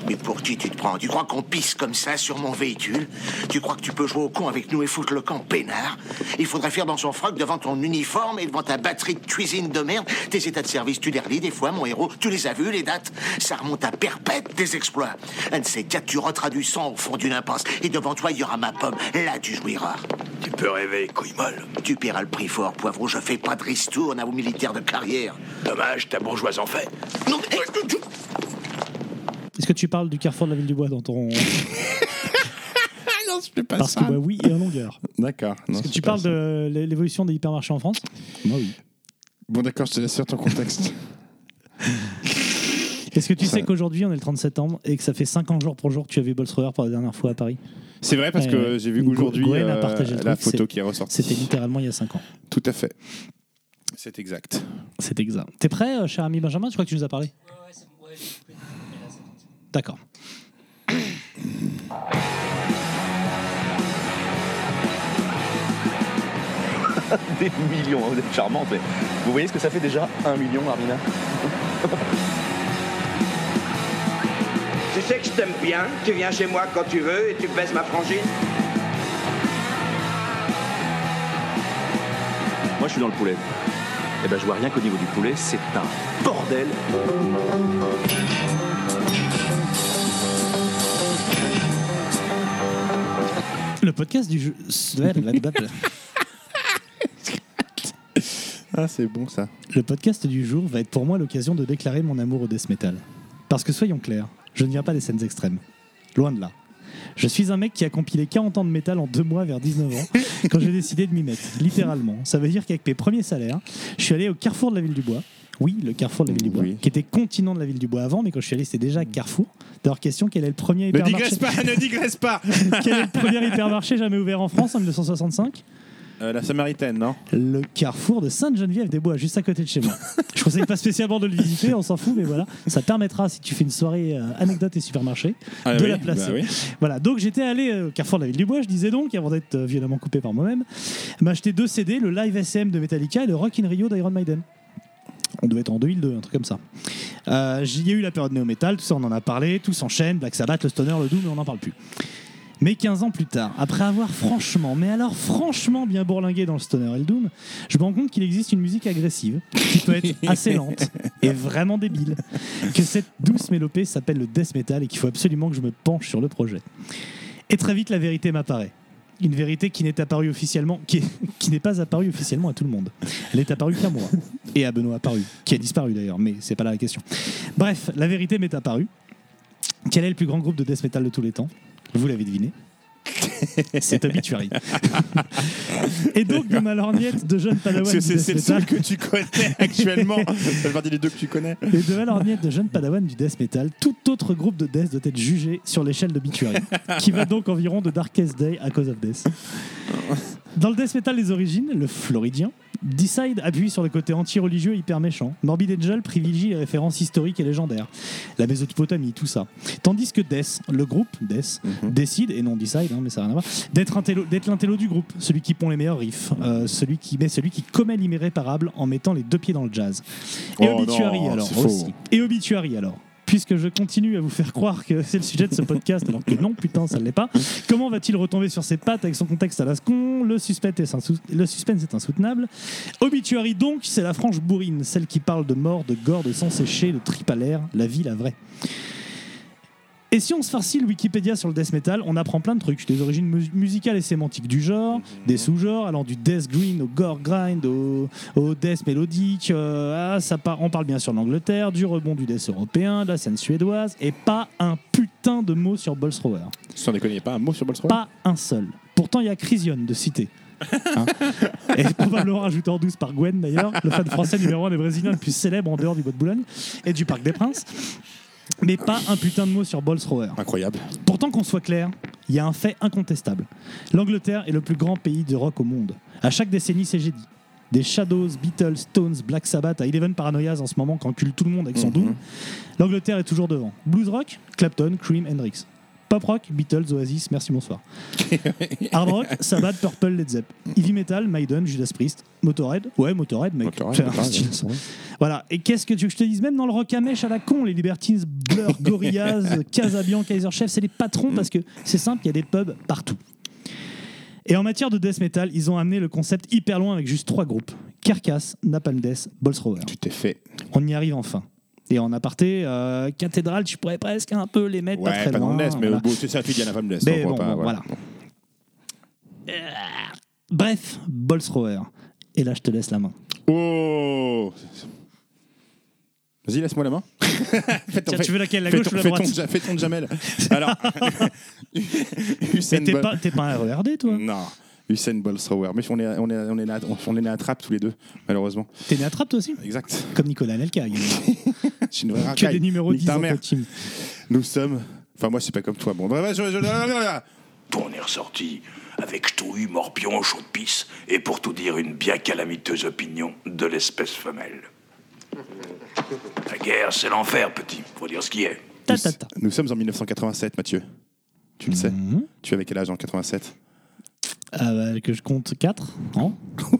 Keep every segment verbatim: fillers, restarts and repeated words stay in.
Mais pour qui tu te prends? Tu crois qu'on pisse comme ça sur mon véhicule? Tu crois que tu peux jouer au con avec nous et foutre le camp peinard? Il faudrait faire dans son froc devant ton uniforme et devant ta batterie de cuisine de merde. Tes états de service, tu les relis des fois, mon héros. Tu les as vus, les dates? Ça remonte à perpète, tes exploits. Un de ces quatre, tu rôteras du sang au fond d'une impasse. Et devant toi, il y aura ma pomme. Là, tu jouiras. Tu peux rêver, couille molle. Tu paieras le prix fort, poivreau. Je fais pas de ristourne à vos militaires de carrière. Dommage, ta bourgeoise en fait. Non, mais... Est-ce que tu parles du carrefour de la ville du Bois dans ton... Non, je fais pas Parce ça. que bah oui, et en longueur. D'accord. Est-ce que tu parles ça. de l'évolution des hypermarchés en France? Moi, oui. Bon, d'accord, je te laisse faire ton contexte. Est-ce que tu ça... sais qu'aujourd'hui, on est le trente septembre et que ça fait cinq ans jour pour jour que tu as vu Bolsroer pour la dernière fois à Paris? C'est vrai, parce que euh, j'ai vu qu'aujourd'hui, Gwen a euh, partagé la truc, photo qui est ressortie. C'était littéralement il y a cinq ans. Tout à fait. C'est exact. C'est exact. T'es prêt, euh, cher ami Benjamin? Tu crois que tu nous as parlé? Ouais, ouais, c'est bon. Ouais, j'ai coupé. D'accord. Des millions, vous êtes charmante, mais vous voyez ce que ça fait déjà? Un million, Armina? Tu sais que je t'aime bien, tu viens chez moi quand tu veux et tu baisses ma frangine. Moi je suis dans le poulet. Eh ben je vois rien qu'au niveau du poulet, c'est un bordel. Le podcast du jeu... Ah, c'est bon ça. Le podcast du jour va être pour moi l'occasion de déclarer mon amour au death metal. Parce que soyons clairs, je ne viens pas des scènes extrêmes. Loin de là. Je suis un mec qui a compilé quarante ans de métal en deux mois vers dix-neuf ans, quand j'ai décidé de m'y mettre, littéralement. Ça veut dire qu'avec mes premiers salaires, je suis allé au carrefour de la ville du Bois. Oui, le carrefour de la ville du Bois, oui. Qui était continent de la ville du Bois avant, mais quand je suis allé, c'était déjà Carrefour. D'ailleurs, question, quel est le premier hypermarché... Ne digresse pas, ne digresse pas. Quel est le premier hypermarché jamais ouvert en France en dix-neuf cent soixante-cinq? Euh, la Samaritaine, non? Le carrefour de Sainte-Geneviève-des-Bois, juste à côté de chez moi. Je ne conseille pas spécialement de le visiter, on s'en fout, mais voilà, ça permettra, si tu fais une soirée euh, anecdote et supermarché, ah, de oui, la placer. Bah oui. Voilà, donc j'étais allé euh, au carrefour de la ville du Bois, je disais donc, avant d'être euh, violemment coupé par moi-même, m'acheter deux C D, le Live S M de Metallica et le Rock in Rio d'Iron Maiden. On devait être en deux mille deux, un truc comme ça. Euh, il y a eu la période néo-metal, tout ça on en a parlé, tout s'enchaîne, Black Sabbath, le Stoner, le Doom, mais on n'en parle plus. Mais quinze ans plus tard, après avoir franchement, mais alors franchement bien bourlingué dans le Stoner et le Doom, je me rends compte qu'il existe une musique agressive, qui peut être assez lente et vraiment débile, que cette douce mélopée s'appelle le death metal et qu'il faut absolument que je me penche sur le projet. Et très vite, la vérité m'apparaît. Une vérité qui n'est apparue officiellement, qui, est, qui n'est pas apparue officiellement à tout le monde. Elle est apparue qu'à moi et à Benoît apparu, qui a disparu d'ailleurs, mais c'est pas là la question. Bref, la vérité m'est apparue. Quel est le plus grand groupe de death metal de tous les temps? Vous l'avez deviné. C'est Obituary. Et donc, de ma lorgnette de jeune padawan c'est, du c'est, death c'est le metal... seul que tu connais actuellement. Ça fait partie des deux que tu connais. Et de ma lorgnette de jeune padawan du death metal, tout autre groupe de death doit être jugé sur l'échelle d'Obituary, qui va donc environ de Darkest Day à Cause of Death. Dans le death metal des origines, le floridien, Decide appuie sur le côté anti-religieux hyper méchant. Morbid Angel privilégie les références historiques et légendaires. La Mésopotamie, tout ça. Tandis que Death, le groupe, Death, mm-hmm. décide, et non Decide, hein, mais ça n'a rien à voir, d'être, intello, d'être l'intello du groupe, celui qui pond les meilleurs riffs, euh, celui qui, mais celui qui commet l'irréparable en mettant les deux pieds dans le jazz. Et oh Obituary non, alors aussi. Et Obituary alors. Puisque je continue à vous faire croire que c'est le sujet de ce podcast, alors que non, putain, ça ne l'est pas. Comment va-t-il retomber sur ses pattes avec son contexte à l'ascon? Le suspense est, insou... le suspense est insoutenable. Obituary, donc, c'est la franche bourrine, celle qui parle de mort, de gore, de sang séché, de tripes à l'air, la vie, la vraie. Et si on se farcit le Wikipédia sur le death metal, on apprend plein de trucs, des origines mu- musicales et sémantiques du genre, mmh. des sous-genres, allant du death green au gore grind, au, au death mélodique. Euh, ah, ça par- on parle bien sûr de l'Angleterre, du rebond du death européen, de la scène suédoise, et pas un putain de mot sur Bolsroer. Sans déconner, pas un mot sur Bolsroer. Pas un seul. Pourtant, il y a Chrysion de citer. Hein et probablement rajouté en douce par Gwen d'ailleurs, le fan français numéro un des Brésiliens le plus célèbre en dehors du Bois de Boulogne et du Parc des Princes. Mais pas un putain de mot sur Bolsroer. Incroyable. Pourtant, qu'on soit clair, il y a un fait incontestable. L'Angleterre est le plus grand pays de rock au monde. À chaque décennie, c'est j'ai dit. Des Shadows, Beatles, Stones, Black Sabbath à Eleven Paranoias en ce moment, qu'encule tout le monde avec son mm-hmm. Doom. L'Angleterre est toujours devant. Blues rock, Clapton, Cream, Hendrix. Pop rock, Beatles, Oasis, merci, bonsoir. Hard rock, Sabbath, Purple, Led Zepp. Heavy metal, Maiden, Judas Priest. Motorhead, ouais, Motorhead, mec. Motorhead, C'est un Motorhead, style, ouais. ça. Voilà, et qu'est-ce que tu veux que je te dise? Même dans le rock à mèche à la con, les Libertines, Blur, Gorillaz, Casabian, Kaiser Chiefs, c'est les patrons parce que c'est simple, il y a des pubs partout. Et en matière de death metal, ils ont amené le concept hyper loin avec juste trois groupes. Carcass, Napalm Death, Bolthrower. Tu t'es fait. On y arrive enfin. Et en aparté, euh, Cathédrale, tu pourrais presque un peu les mettre Ouais, pas très pas loin. dans le Death, mais voilà. au bout, c'est ça, fille, il y a la femme Death. Mais on bon, voit pas, bon, voilà. Euh, bref, Bolthrower. Et là, je te laisse la main. Oh Vas-y, laisse-moi la main. Fais ton- Tiens, tu veux laquelle, la fais gauche ton- ou la fais droite? ton ja- Fais ton Jamel. Alors, Usain Mais t'es Bolt- pas, t'es pas un R E R D, toi? Non, Usain Bolthrower. Mais on est, on est, on est, là, on est né à Trappes tous les deux, malheureusement. T'es né à Trappes, toi aussi? Exact. Comme Nicolas Anelka. Il y a Je suis une vraie que racaille. des numéros Nique dix ta dans mère. ta team. Nous sommes. Enfin, moi, c'est pas comme toi. Bon, bref, je, je, je- On est ressorti avec ch'touille, morpion, chaud de pisse, et pour tout dire, une bien calamiteuse opinion de l'espèce femelle. La guerre, c'est l'enfer, petit. Faut dire ce qui est. Ta, ta, ta. Nous sommes en mille neuf cent quatre-vingt-sept, Mathieu. Tu le sais. Mhm. Tu avais quel âge en quatre-vingt-sept? Ah bah, que je compte quatre, non?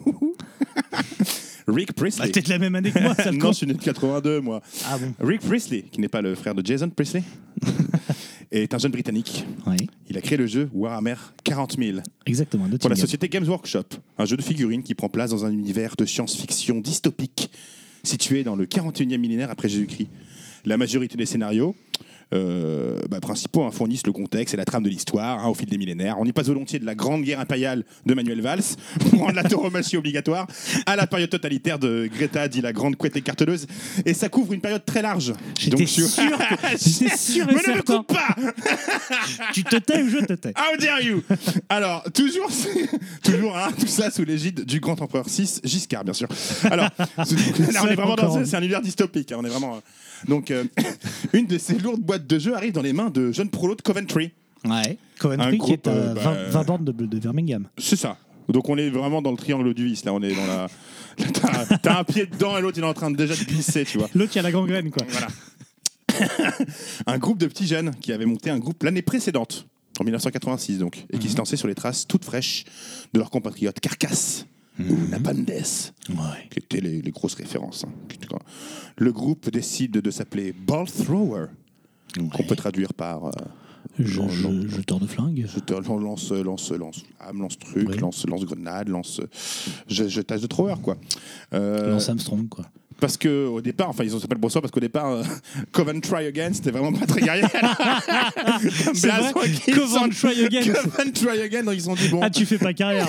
Rick Bah, Priestley. t'es de la même année que moi, ça le Non, je compte. suis né de quatre-vingt-deux, moi. Ah bon? Rick Priestley, qui n'est pas le frère de Jason Priestley, est un jeune Britannique. Oui, Il a créé le jeu Warhammer quarante mille exactement. pour la société Games Workshop, un jeu de figurines qui prend place dans un univers de science-fiction dystopique situé dans le quarante et unième millénaire après Jésus-Christ. La majorité des scénarios euh, bah, principaux hein, fournissent le contexte et la trame de l'histoire hein, au fil des millénaires. On y passe volontiers de la grande guerre impériale de Manuel Valls pour rendre la tauromachie obligatoire à la période totalitaire de Greta, dit la grande couette écarteleuse. Et ça couvre une période très large. J'étais Donc, sûr que- j'étais sûr et Mais ne me certain. coupe pas. Tu te tais ou je te tais? How dare you. Alors, toujours, toujours hein, tout ça sous l'égide du grand empereur six, Giscard, bien sûr. Alors, c'est- là, on est vraiment dans c'est un univers dystopique. hein, on est vraiment. euh, donc, euh, une de ces lourdes boîtes de jeux arrive dans les mains de jeunes prolos de Coventry. Ouais. Un Coventry groupe, qui est à euh, bah, vingt, vingt bornes de, de Birmingham. C'est ça. Donc, on est vraiment dans le triangle du vice. Là, on est dans la. T'as, t'as un pied dedans et l'autre il est en train de déjà de glisser, tu vois. L'autre qui a la gangrène, quoi. Voilà. Un groupe de petits jeunes qui avait monté un groupe l'année précédente, en mille neuf cent quatre-vingt-six donc, et qui se lançait sur les traces toutes fraîches de leurs compatriotes Carcass ou Napalm Death, Ouais. qui étaient les, les grosses références. hein. Le groupe décide de s'appeler Bolthrower, qu'on peut traduire par euh, Je, lance- je, jeteur de flingue. jeteur- lance, lance, lance, âme, lance truc, Oui. lance, lance grenade, lance je- jetage de thrower quoi. Euh, Lance Armstrong, quoi. Parce que au départ, enfin ils ont s'appellent Bolthrower parce qu'au départ, euh, Coventry Again, c'était vraiment pas très guerrier. Comme C'est blason, vrai, ils Coventry sont- Again. Coventry Again, donc ils se sont dit bon. Ah, tu fais pas carrière.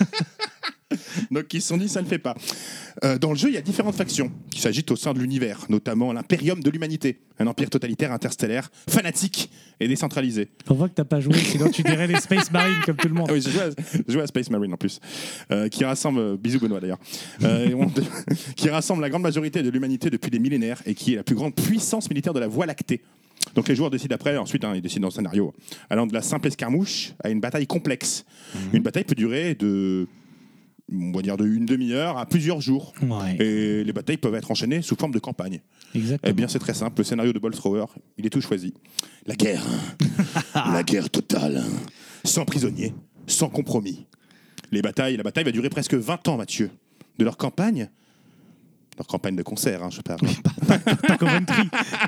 Donc ils se sont dit ça ne fait pas. Euh, dans le jeu, il y a différentes factions qui s'agitent au sein de l'univers, notamment l'Imperium de l'humanité, un empire totalitaire interstellaire, fanatique et décentralisé. On voit que t'as pas joué, sinon tu dirais les Space Marines comme tout le monde. Ah oui, j'ai joué, à, j'ai joué à Space Marine en plus, euh, qui rassemble, euh, bisous Benoît d'ailleurs, euh, et on- qui rassemble la grande majorité de l'humanité depuis des millénaires et qui est la plus grande puissance militaire de la Voie lactée. Donc les joueurs décident après, ensuite hein, ils décident dans le scénario, allant de la simple escarmouche à une bataille complexe. Une bataille peut durer de, on va dire de une demi-heure à plusieurs jours. Ouais, Et les batailles peuvent être enchaînées sous forme de campagne. exactement. Eh bien, c'est très simple. Le scénario de Bolthrower, il est tout choisi. La guerre. La guerre totale. Sans prisonniers, sans compromis. Les batailles, la bataille va durer presque vingt ans, Mathieu. De leur campagne, leur campagne de concert, hein, je parle. Pas Coventry.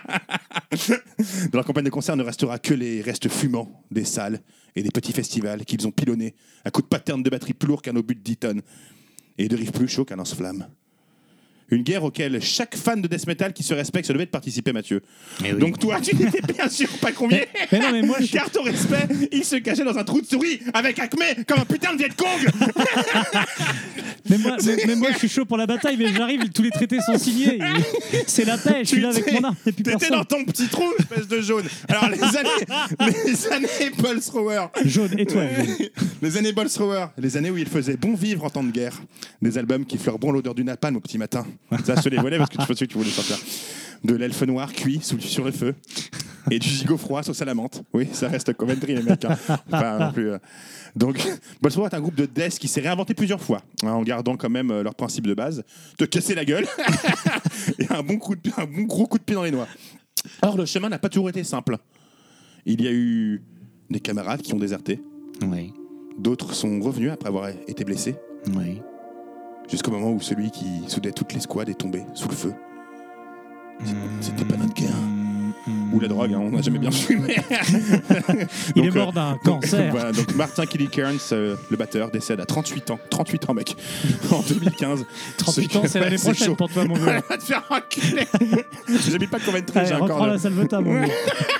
De leur campagne de concert ne restera que les restes fumants des salles et des petits festivals qu'ils ont pilonnés à coups de patterns de batterie plus lourds qu'un obus de dix tonnes et de riffs plus chauds qu'un lance-flamme. Une guerre auquel chaque fan de death metal qui se respecte se devait de participer, Mathieu. Eh oui. Donc toi, tu n'étais bien sûr pas convié. Mais non, mais moi, je suis- Car ton respect, il se cachait dans un trou de souris avec Acme comme un putain de Viet Cong. Mais moi, mais, mais moi, je suis chaud pour la bataille, mais j'arrive, tous les traités sont signés. C'est la paix, je suis là avec mon arme. Et puis T'étais personne. dans ton petit trou, espèce de jaune. Alors les années, les années Bolthrower. Jaune, étoile. jaune. Les années Bolthrower, les années où il faisait bon vivre en temps de guerre. Des albums qui fleurent bon l'odeur du napalm au petit matin. Ça, je te les volais parce que tu pensais que tu voulais sortir. De l'elfe noir cuit sous, sur le feu. Et du gigot froid sur salamante. Oui, ça reste Coventry, les mecs. Hein. Pas non plus. euh. Donc, Bolthrower est un groupe de death qui s'est réinventé plusieurs fois, hein, en gardant quand même euh, leurs principes de base. Te casser la gueule et un bon, coup de, un bon gros coup de pied dans les noix. Or, le chemin n'a pas toujours été simple. Il y a eu des camarades qui ont déserté. Oui. D'autres sont revenus après avoir été blessés. Oui. Jusqu'au moment où celui qui soudait toutes les squads est tombé sous le feu. C'était pas notre guerre. Ou la drogue, hein, on n'a jamais bien su. Mais... Il donc, est mort euh, d'un donc, cancer. Voilà, donc Martin Kelly Kearns, euh, le batteur, décède à trente-huit ans. trente-huit ans, mec. En deux mille quinze. trente-huit ans, c'est l'année c'est prochaine chaud. pour toi, mon gars. Ouais, va te faire enculer. J'habite pas Coventry, Allez, j'ai reprends encore. la Le... salveta, mon gars.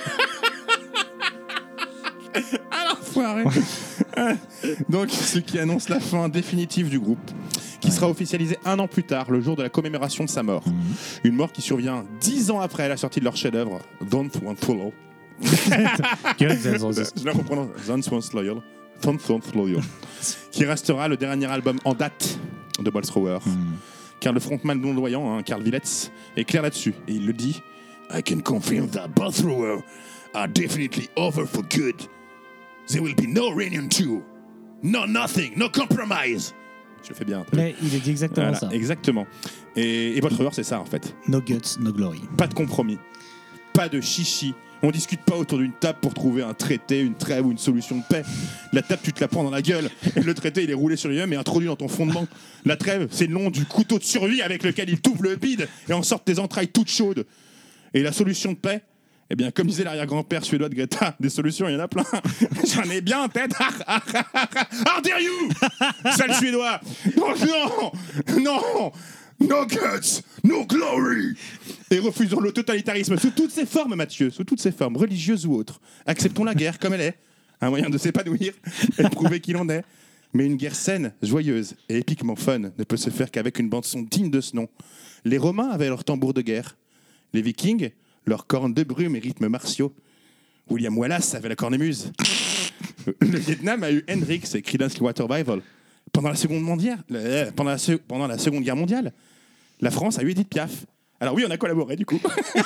Alors, foiré. Donc, ce qui annonce la fin définitive du groupe, qui sera officialisé un an plus tard, le jour de la commémoration de sa mort. Mm-hmm. Une mort qui survient dix ans après la sortie de leur chef-d'œuvre, Don't Want Follow. Je la reprends. Don't Want Loyal. Don't Want Loyal. Qui restera le dernier album en date de Bolt Thrower. Mm. Car le frontman non-voyant, hein, Karl Willets, est clair là-dessus. Et il le dit, I can confirm that Bolt Thrower are definitely over for good. There will be no reunion two. No nothing, no compromise. Je le fais bien. Mais il est dit exactement voilà, ça. Exactement. Et, et Bolt Thrower, c'est ça en fait. No guts, no glory. Pas de compromis. Pas de chichi. On discute pas autour d'une table pour trouver un traité, une trêve ou une solution de paix. La table, tu te la prends dans la gueule. Et le traité, il est roulé sur lui-même et introduit dans ton fondement. La trêve, c'est le nom du couteau de survie avec lequel il t'ouvre le bide et en sortent tes entrailles toutes chaudes. Et la solution de paix, eh bien, comme disait l'arrière-grand-père suédois de Greta, des solutions, il y en a plein. J'en ai bien en tête. How dare you, sale suédois. Donc non, non. No guts, no glory. Et refusons le totalitarisme sous toutes ses formes, Mathieu, sous toutes ses formes, religieuses ou autres. Acceptons la guerre comme elle est, un moyen de s'épanouir et de prouver qui l'on est. Mais une guerre saine, joyeuse et épiquement fun ne peut se faire qu'avec une bande-son digne de ce nom. Les Romains avaient leur tambour de guerre. Les Vikings, leurs cornes de brume et rythmes martiaux. William Wallace avait la cornemuse. Le Vietnam a eu Hendrix et Creedence Clearwater Revival. Pendant la Seconde mondiale, euh, pendant, la se- pendant la Seconde Guerre mondiale, la France a eu Edith Piaf. Alors oui, on a collaboré du coup.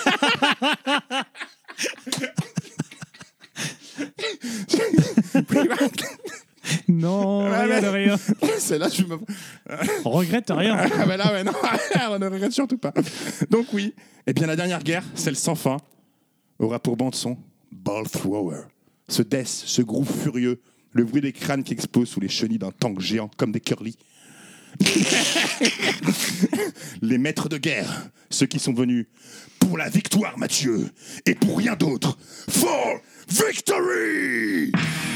Non, Ouais, rien mais- de rien. C'est là je me... On regrette rien. Ah bah là, ouais, non, on ne regrette surtout pas. Donc oui, eh bien la dernière guerre, celle sans fin, aura pour bande son Bolt Thrower. Ce death, ce groupe furieux, le bruit des crânes qui explosent sous les chenilles d'un tank géant comme des curly. Les maîtres de guerre, ceux qui sont venus pour la victoire, Mathieu, et pour rien d'autre. For victory!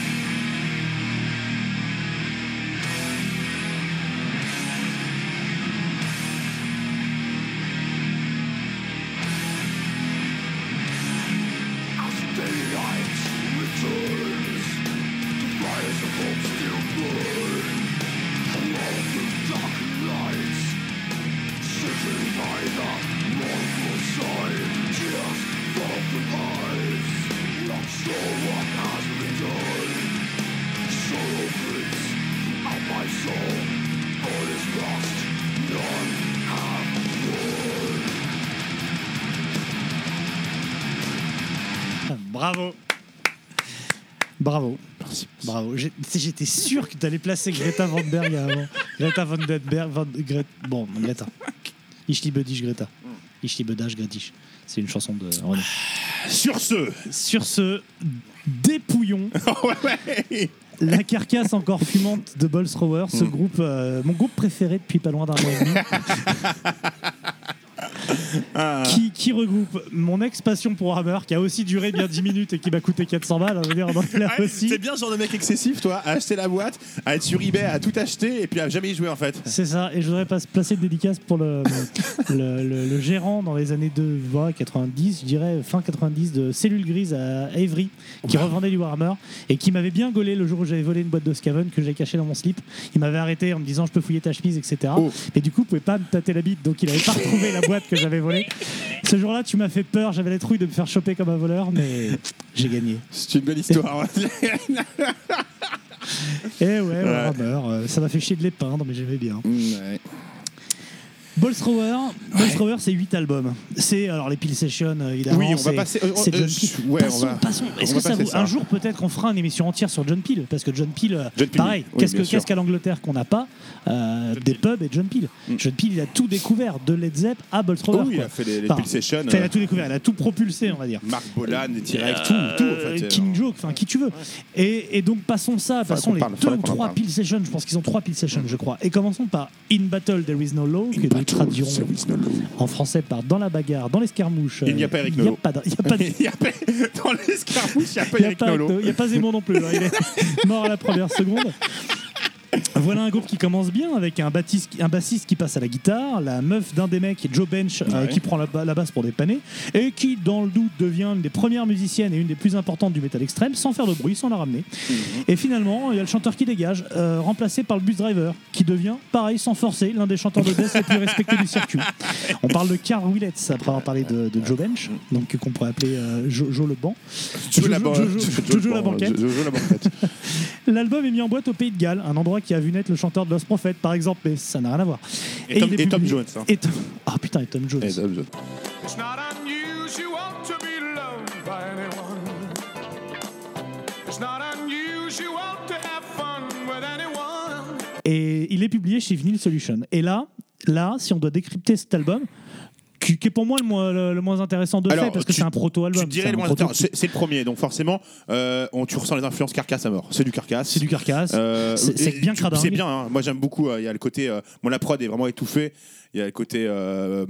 Bravo. Bravo. Bravo. J'ai- J'étais sûr que tu allais placer Greta Van Berg avant. Greta Van Berg. Van, Gre- bon, Greta. Ich liebe dich, Greta. Ich liebe dich, Gretisch. C'est une chanson de René. Sur ce, Sur ce, dépouillons ouais, ouais. la carcasse encore fumante de Bolt Thrower, ce groupe, euh, mon groupe préféré depuis pas loin d'un mois et demi. qui, qui regroupe mon ex-passion pour Hammer, qui a aussi duré bien dix minutes et qui m'a coûté quatre cents balles. hein, je veux dire, on en est là Ouais, aussi. c'est bien ce genre de mec excessif, toi, à acheter la boîte, à être sur eBay, à tout acheter et puis à jamais y jouer en fait. C'est ça, et je voudrais pas placer de dédicace pour le, le, le- le gérant dans les années deux, ouais, quatre-vingt-dix, je dirais fin quatre-vingt-dix, de Cellule Grise à Avery, qui revendait du Warhammer et qui m'avait bien gaulé le jour où j'avais volé une boîte de Skaven que j'ai cachée dans mon slip. Il m'avait arrêté en me disant je peux fouiller ta chemise, et cetera. Oh. Et du coup, il pouvait pas me tâter la bite, donc il avait pas retrouvé la boîte que j'avais volée. Ce jour-là, tu m'as fait peur, j'avais la trouille de me faire choper comme un voleur, mais j'ai gagné. C'est une belle histoire. Et ouais, Warhammer, euh, ça m'a fait chier de les peindre, mais j'aimais bien. Ouais. Bolt Thrower, Bolt Thrower, c'est huit albums. C'est alors les Peel Sessions, évidemment. Oui, on va c'est- passer- euh, c'est euh, John Peel. ouais, passons, on va- passons. Est-ce on que va ça vous, passer ça. un jour peut-être on fera une émission entière sur John Peel, parce que John Peel, euh, John Peel, pareil. oui, qu'est-ce que bien sûr. qu'est-ce qu'à l'Angleterre qu'on n'a pas euh, des pubs et John Peel. Mm. John Peel, il a tout découvert de Led Zepp à Bolt Thrower. Oh oui, il quoi. a fait les, les Enfin, Peel Sessions. enfin, il euh, a tout découvert, il a tout propulsé, on va dire. Marc Bolan, les T-Rex, Euh, tout, tout en fait. King Joe, enfin qui tu veux. Et, et donc passons ça, passons les parle, deux ou qu'on en trois parle. Peel Sessions, je pense qu'ils ont trois Peel Sessions, je crois. Et commençons par In Battle There Is No Law, que nous traduirons en français par Dans la bagarre, dans l'escarmouche. Il n'y a pas Eric Il n'y a Nolot. pas de- il y a pas de- Il y a pas- Dans l'escarmouche, il n'y a pas il n'y a Eric pas Nolot. Acto, il n'y a pas Zemmour non plus, hein, il est mort à la première seconde. Voilà un groupe qui commence bien avec un, bassiste, un bassiste qui passe à la guitare, la meuf d'un des mecs, Joe Bench, euh, Ouais. qui prend la, ba- la basse pour dépanner et qui, dans le doute, devient une des premières musiciennes et une des plus importantes du métal extrême, sans faire de bruit, sans la ramener. Mhm. Et finalement, il y a le chanteur qui dégage, euh, remplacé par le bus driver, qui devient, pareil, sans forcer, l'un des chanteurs de death les plus respectés du circuit. On parle de Carl Willets après avoir parlé de, de Joe Bench, donc qu'on pourrait appeler euh, Jo- Joe le banc. Jojo la Jojo- ban- Jojo- Jojo la banquette. Jojo la banquette. L'album est mis en boîte au Pays de Galles, un endroit qui a vu naître le chanteur de Lost Prophet, par exemple, mais ça n'a rien à voir. Et Tom- il est et Tom publié- Jones, hein. Et Tom- Ah putain, et Tom Jones. Et Tom Jones. It's not unusual to be loved by anyone. It's not unusual to have fun with anyone. Et il est publié chez Vinyl Solution. Et là, là, si on doit décrypter cet album, qui, qui est pour moi le moins, le, le moins intéressant de Alors, fait, parce que tu- c'est un proto-album. Tu dirais c'est le un moins proto- intéressant. C'est c'est le premier, donc forcément, euh, on, tu ressens les influences Carcass à mort. C'est du Carcass. C'est du Carcass. Euh, C'est- c'est et bien tu- cradingue. C'est bien. Hein. Moi, j'aime beaucoup. euh, Il y a le côté. Euh, bon, la prod est vraiment étouffée. Il y a le côté. Euh,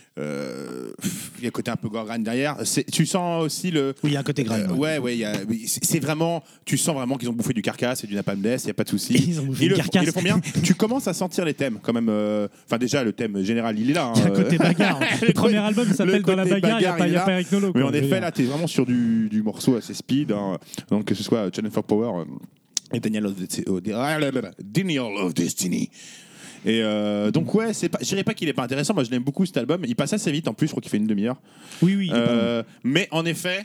euh, il y a le côté un peu gore grind derrière. C'est- Tu sens aussi le. Oui, il y a un côté grind. Euh, ouais, ouais. il y a- oui, C'est c'est vraiment. Tu sens vraiment qu'ils ont bouffé du Carcass et du Napalm Death. Il y a pas de souci. Ils ont bouffé Ils du le, Carcass. ils le font bien. Tu commences à sentir les thèmes quand même. euh, Enfin, déjà, le thème général, il est là. Il y a hein, un côté euh, bagarre. Le premier côté- album le s'appelle Dans la côté bagarre, il n'y a bagarre, pas, il il y est a pas là. Eric Nolot. Mais quoi, en je veux effet, dire. là, t'es vraiment sur du, du morceau assez speed. Hein. Donc, que ce soit Channel for Power euh, et Daniel of, oh, Daniel of Destiny. Et euh, donc, ouais, c'est pas, je dirais pas qu'il est pas intéressant. Moi, je l'aime beaucoup cet album. Il passe assez vite en plus. Je crois qu'il fait une demi-heure. Oui, oui. il est pas mal. Euh, mais en effet,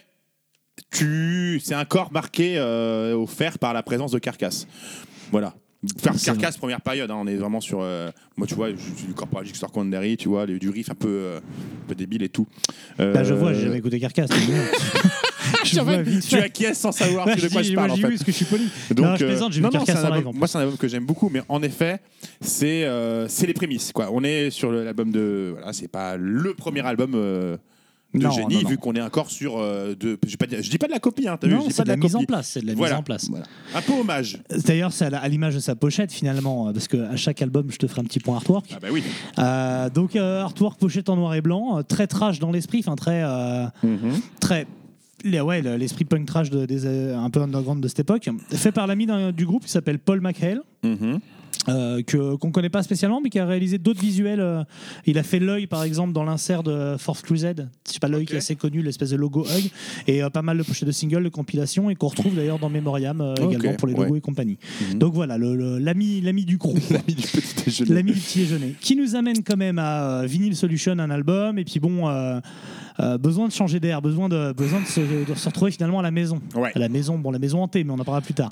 tu... c'est un corps marqué euh, au fer par la présence de Carcass. Voilà. Faire C'est Carcass, première période, hein, on est vraiment sur. Euh, moi, tu vois, je suis du Corporal Jigsaw Quandary, tu vois, les- du riff un peu, euh, un peu débile et tout. Euh, Bah, je vois, j'ai jamais écouté Carcass. mais bon. Je En vois fait, vite tu fait. acquiesces sans savoir Ouais, de quoi je je dis- parle. moi, en j'ai fait. vu parce que je suis poli. Donc, Non, je euh, plaisante, j'ai vu non, non, Carcass c'est un en live, album- en plus. moi, c'est un album que j'aime beaucoup, mais en effet, c'est euh, c'est les prémices. Quoi. On est sur le- l'album de. Voilà, c'est pas le premier album. Euh, de Non, génie, non, non. vu qu'on est encore sur. Euh, de, je, pas, je dis pas de la copie, hein, t'as vu, je Non, dis c'est pas de la la mise en copie. place. C'est de la mise Voilà. en place. Voilà. Un peu hommage. D'ailleurs, c'est à la- à l'image de sa pochette finalement, euh, parce qu'à chaque album, je te ferai un petit point artwork. Ah bah oui. Euh, donc euh, artwork pochette en noir et blanc, euh, très trash dans l'esprit, enfin très, euh, très, les- ouais, le- l'esprit punk trash de, des, euh, un peu underground de cette époque, fait par l'ami d'un- du groupe qui s'appelle Paul McHale. Mhm. Euh, que qu'on connaît pas spécialement, mais qui a réalisé d'autres visuels. euh, il a fait l'œil, par exemple, dans l'insert de Fourth Crusade. Je sais pas, l'œil Ok. qui est assez connu, l'espèce de logo Hug, et euh, pas mal de pochettes de singles, de compilations, et qu'on retrouve d'ailleurs dans Memoriam euh, Ok, également pour les logos ouais. et compagnie. Mhm. Donc voilà, le- le- l'ami l'ami du crew. quoi. L'ami du petit déjeuner. L'ami du petit déjeuner. Qui nous amène quand même à euh, Vinyl Solution, un album, et puis bon, euh, euh, besoin de changer d'air, besoin, de, besoin de, se, de se retrouver finalement à la maison. Ouais. À la maison, bon, la maison hantée, mais on en parlera plus tard.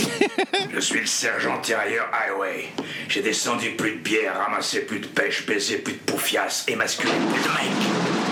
Je suis le sergent tirailleur Highway. J'ai descendu plus de bière, ramassé plus de pêche, baisé plus de poufias et masculé plus de mecs.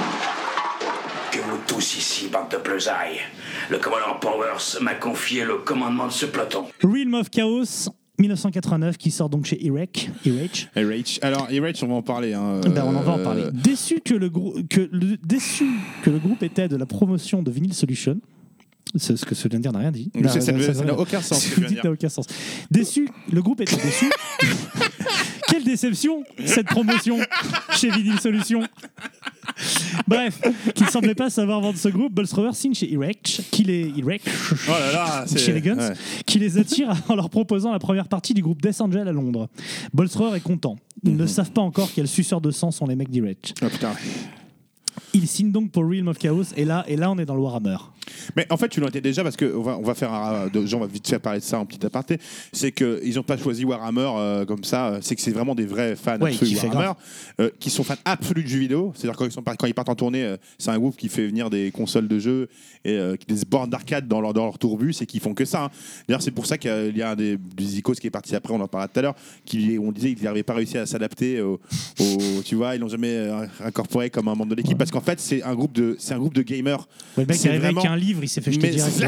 Que vous tous ici, bande de bleusailles. Le commandant Powers m'a confié le commandement de ce peloton. Realm of Chaos, dix-neuf cent quatre-vingt-neuf, qui sort donc chez Erech. Erech. Et Rach. Alors, et Rach, on va en parler. Hein. Ben, on en va en Euh, parler. Déçu que le, grou- que, le, déçu que le groupe était de la promotion de Vinyl Solution. C'est ce que je viens de dire n'a rien dit. Mais ça, ça Non, ne- ça- ça n'a aucun sens, Ce ce que que vous je dites viens n'a aucun sens. Déçu, le groupe était déçu. Quelle déception, cette promotion chez Vinyl Solution. Bref, qui ne semblait pas savoir vendre ce groupe, Bolstrower signe chez Erech, qui les, Erech, Oh là là, c'est- chez les Guns, ouais. qui les attire en leur proposant la première partie du groupe Death Angel à Londres. Bolstrower est content. Ils ne savent pas encore quels suceurs de sang sont les mecs d'Erech. Oh putain. Ils signent donc pour Realm of Chaos, et là, et là on est dans le Warhammer. Mais en fait, tu l'as été déjà parce que on va, on va faire un, de- Jean va vite faire parler de ça en petit aparté. C'est que ils n'ont pas choisi Warhammer euh, comme ça. C'est que c'est vraiment des vrais fans Ouais, absolus qui de fait Warhammer, euh, qui sont fans absolus de jeux vidéo. C'est-à-dire quand ils sont par- quand ils partent en tournée, euh, c'est un groupe qui fait venir des consoles de jeux et euh, qui- des bornes d'arcade dans leur dans leur tourbus et qui font que ça. Hein. D'ailleurs, c'est pour ça qu'il y a un des, des Icos qui est parti après. On en parlait tout à l'heure. Qui on disait qu'ils n'avaient pas réussi à s'adapter au, au- tu vois, ils l'ont jamais euh, incorporé comme un membre de l'équipe parce qu'en qu'en fait c'est un groupe de c'est un groupe de gamers. Ouais, le mec C'est est arrivé vraiment- avec un livre, il s'est fait jeter Mais direct.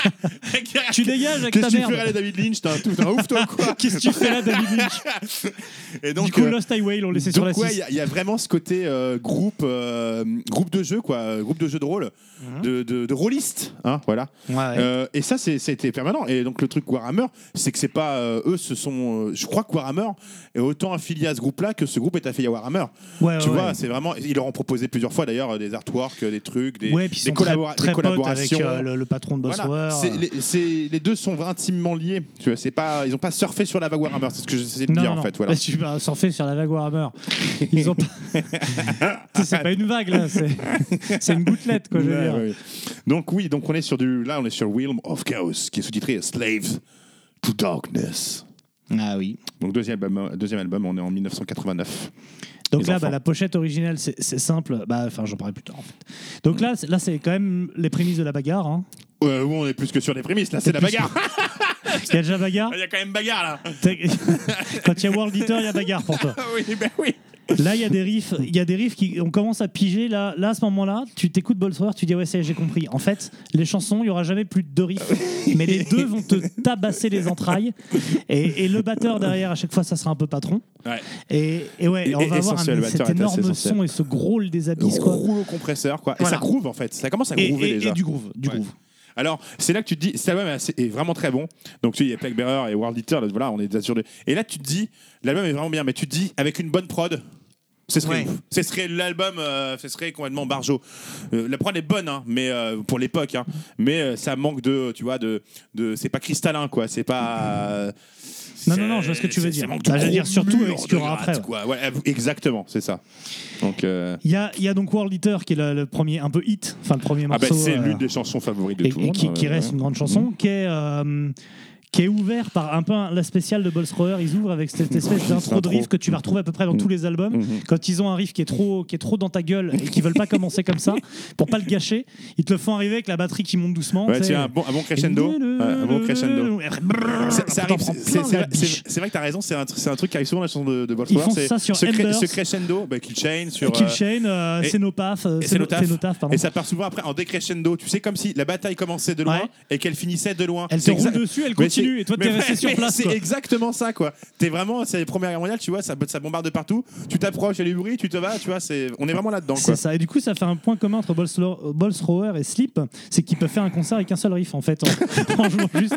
c'est- Tu dégages avec Qu'est-ce ta que tu merde. fais là, David Lynch? T'es un, tout- t'es un ouf toi ou quoi? Qu'est-ce que tu fais là, David Lynch? Et donc, Du coup, euh, Lost Highway, on laissait sur la donc ouais, six. il y a- il y, a vraiment ce côté euh, groupe, euh, groupe de jeu, quoi, euh, groupe de jeu de rôle, de, de, de rôliste, hein, voilà. Ouais, ouais. Euh, et ça, c'est, c'était permanent. Et donc le truc Warhammer, c'est que c'est pas euh, eux, ce sont, euh, je crois que Warhammer est autant affilié à ce groupe-là que ce groupe est affilié à Warhammer. Ouais, tu ouais, vois, ouais. c'est vraiment, ils leur ont proposé plusieurs fois d'ailleurs des artworks, des trucs, des, Ouais, puis ils des, sont très, collabora- très des potes collaborations. avec euh, le, le patron de Voilà. Bossware. C'est- les, c'est- les deux sont intimement liés. Tu vois, c'est pas, ils ont pas surfé sur la vague Warhammer. C'est ce que j'essaie de Non, dire non, en fait. Voilà. Là, tu vas surfer sur la vague Warhammer. Ils ont pas... c'est pas une vague, là. C'est, c'est une gouttelette, quoi, je veux Ouais, dire. ouais. Donc oui, donc on est sur du, là on est sur Realm of Chaos, qui est sous-titré Slaves to Darkness. Ah oui. Donc deuxième album, deuxième album, on est en dix-neuf cent quatre-vingt-neuf. Donc Les là, enfants. bah, la pochette originale, c'est, c'est simple. Bah, enfin, j'en parlerai plus tard, en fait. Donc là, c'est, là, c'est quand même les prémices de la bagarre. Hein. Euh, où on est plus que sur les prémices, là c'est la plus bagarre. Il y a déjà bagarre. Il y a quand même bagarre là. T'as- Quand il y a World Eater, il y a bagarre pour toi. oui, ben oui. Là, il y a des riffs, il y a des riffs qui, on commence à piger. Là, là, à ce moment-là, tu t'écoutes Bolsware, tu dis ouais, c'est, j'ai compris. En fait, les chansons, il y aura jamais plus de deux riffs, mais les deux vont te tabasser les entrailles. Et, et le batteur derrière, à chaque fois, ça sera un peu patron. Ouais. Et, et ouais, Et- on va avoir essentiel, un, le batteur cet est assez énorme essentiel. son et ce gros des abysses, quoi. Rouleau compresseur quoi. Voilà. Et ça groove en fait. Ça commence à Et, groover et- déjà. et du groove, du Ouais. groove. Alors, c'est là que tu te dis, cet album est, assez- est vraiment très bon. Donc, tu sais, il y a Plague Bearer et World Eater, là, voilà, on est déjà sur des... Et là, tu te dis, l'album est vraiment bien, mais tu te dis, avec une bonne prod, ce serait Ouais. ouf. Ce serait l'album, euh, ce serait complètement barjo. Euh, la prod est bonne, hein, mais euh, pour l'époque, hein, mais euh, ça manque de, tu vois, de, de, c'est pas cristallin, quoi. C'est pas. euh, Non, c'est- non, non, je vois ce que tu veux c'est- dire. ça manque de Bah, je veux gros dire, surtout murs avec ce qu'il y de aura gratte, après, quoi. Ouais, exactement, c'est ça. Donc. euh, Il y a, il y a donc World Eater qui est le, le premier un peu hit, enfin le premier Ah morceau. ben, c'est euh, l'une des chansons favorites de et, tout le et monde. qui, hein, qui ouais. reste une grande chanson, qui est euh, qui est ouvert par un peu un- la spéciale de Bolsroer. Ils ouvrent avec cette espèce d'intro de riff que tu vas retrouver à peu près dans tous les albums. Mhm. Quand ils ont un riff qui est trop qui est trop dans ta gueule et qu'ils veulent pas commencer comme ça pour pas le gâcher, ils te le font arriver avec la batterie qui monte doucement. Ouais, tu sais. tiens, un bon, un bon crescendo. Ouais, un bon crescendo. Ça, ça arrive, c'est, c'est- c'est vrai, c'est- c'est vrai que t'as raison, c'est un, tr- c'est un truc qui arrive souvent dans la chanson de, de Bolsware. Ils font c'est ça sur ce, cre- Embers. ce crescendo, bah, Kill Chain, sur. Kill euh, Chain, euh, et- Cénotaph, euh, et Céno- Cénotaph. Cénotaph, pardon. Et ça part souvent après en décrescendo. Tu sais, comme si la bataille commençait de loin Ouais. et qu'elle finissait de loin. Elle te C'est roule exact- dessus, elle Mais continue, c'est- et toi, t'es mais resté ouais, sur mais place, C'est quoi. exactement ça, quoi. T'es vraiment, c'est la Première Guerre mondiale, tu vois, ça, ça bombarde de partout. Tu t'approches, il y a du bruit, tu te vas, tu vois, c'est, on est vraiment là-dedans, quoi. C'est ça. Et du coup, ça fait un point commun entre Bolslo- Bolsroer et Sleep, c'est qu'ils peuvent faire un concert avec un seul riff, en fait, en, en jouant juste.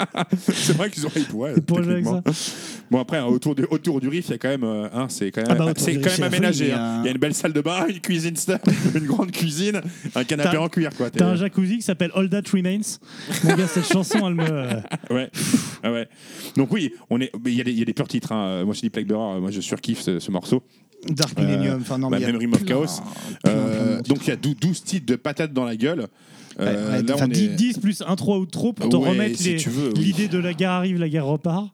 C'est vrai qu'ils ont ils pourraient, Ils pourraient jouer avec techniquement. Bon après hein, autour du autour du riff il y a quand même euh, hein, c'est quand même Ah bah, autour c'est du quand riff, même c'est la aménagé. folie, hein. mais, euh, Il y a une belle salle de bain, une cuisine star, une grande cuisine, un canapé T'as- en cuir quoi. T'es- T'as un jacuzzi qui s'appelle All That Remains. Mon gars, cette chanson, elle me. euh, Ouais. Ah ouais. Donc oui, on est mais il y a des il y a des purs titres hein. Moi je dis Plague Bearer, moi je surkiffe ce, ce morceau. Dark Euh, Millennium, enfin non, bah, mais il y a Memory of plein, Chaos. plein, Euh, plein de donc il y a dou- douze titres de patates dans la gueule. Euh, Ouais, ouais, là enfin, on dix, est dix plus intro outro pour te Ouais, remettre si les- tu veux, oui. l'idée de la guerre arrive, la guerre repart.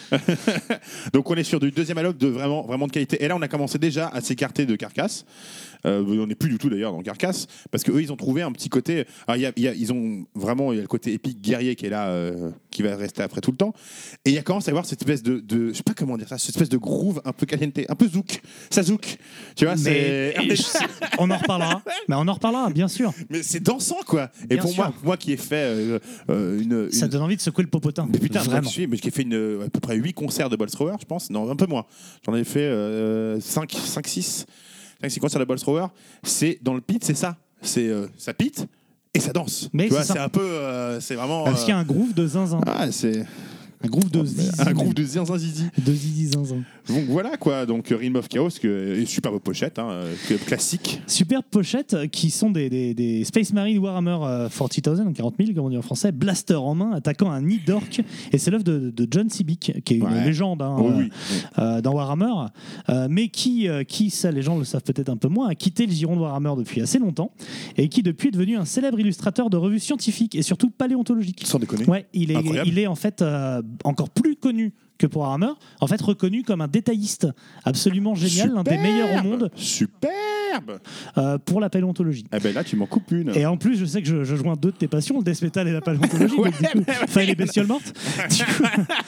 Donc on est sur du deuxième album de vraiment, vraiment de qualité. Et là, on a commencé déjà à s'écarter de Carcass. Euh, on n'est plus du tout d'ailleurs dans Carcass parce qu'eux, ils ont trouvé un petit côté. Alors, il y a, il y a- ils ont vraiment il y a le côté épique guerrier qui est là, euh, qui va rester après tout le temps. Et il y a commencé à avoir cette espèce de, de, je sais pas comment dire ça, cette espèce de groove un peu caliente, un peu zouk, ça zouk. Tu vois, Mais c'est. et je- on en reparlera. Mais on en reparlera, bien sûr. Mais c'est dansant quoi. Et Bien pour sûr. moi, moi qui ai fait euh, euh, une, Ça une- donne envie de secouer le popotin. mais putain, vraiment. moi, je suis, mais qui ai fait une, à peu près huit concerts de Bolsroer, je pense. Non, un peu moins. J'en ai fait euh, cinq, six. cinq six concerts de Bolsroer. C'est dans le pit, c'est ça. C'est euh, ça pite et ça danse. Mais tu vois, c'est ça. c'est un peu, euh, c'est vraiment. Parce qu'il y a un groove de zinzin. Ah, c'est Un groove de zizi. un groupe de zinzin zizi. De zizi zinzin. Donc voilà quoi. Donc Realm of Chaos, que, et superbe pochette, hein, que- classique. Superbes pochettes qui sont des, des, des Space Marine Warhammer euh, quarante mille, quarante mille, comme on dit en français, blaster en main, attaquant un nid d'orque. Et c'est l'œuvre de, de John Sibic, qui est une Ouais. légende hein, Oui, euh, oui. euh, dans Warhammer, euh, mais qui, euh, qui, ça les gens le savent peut-être un peu moins, a quitté le giron de Warhammer depuis assez longtemps et qui depuis est devenu un célèbre illustrateur de revues scientifiques et surtout paléontologiques. Sans déconner. Ouais, il est, Incroyable. il est en fait euh, encore plus connu que pour Warhammer, en fait reconnu comme un détailliste absolument génial, l'un des meilleurs au monde. Super. Superbe. euh, pour la paléontologie. Eh ben là, tu m'en coupes une. Et en plus, je sais que je, je joins deux de tes passions, le death metal et la paléontologie. Ouais, donc, du coup, mais ouais. enfin, et les bestioles mortes. Du coup,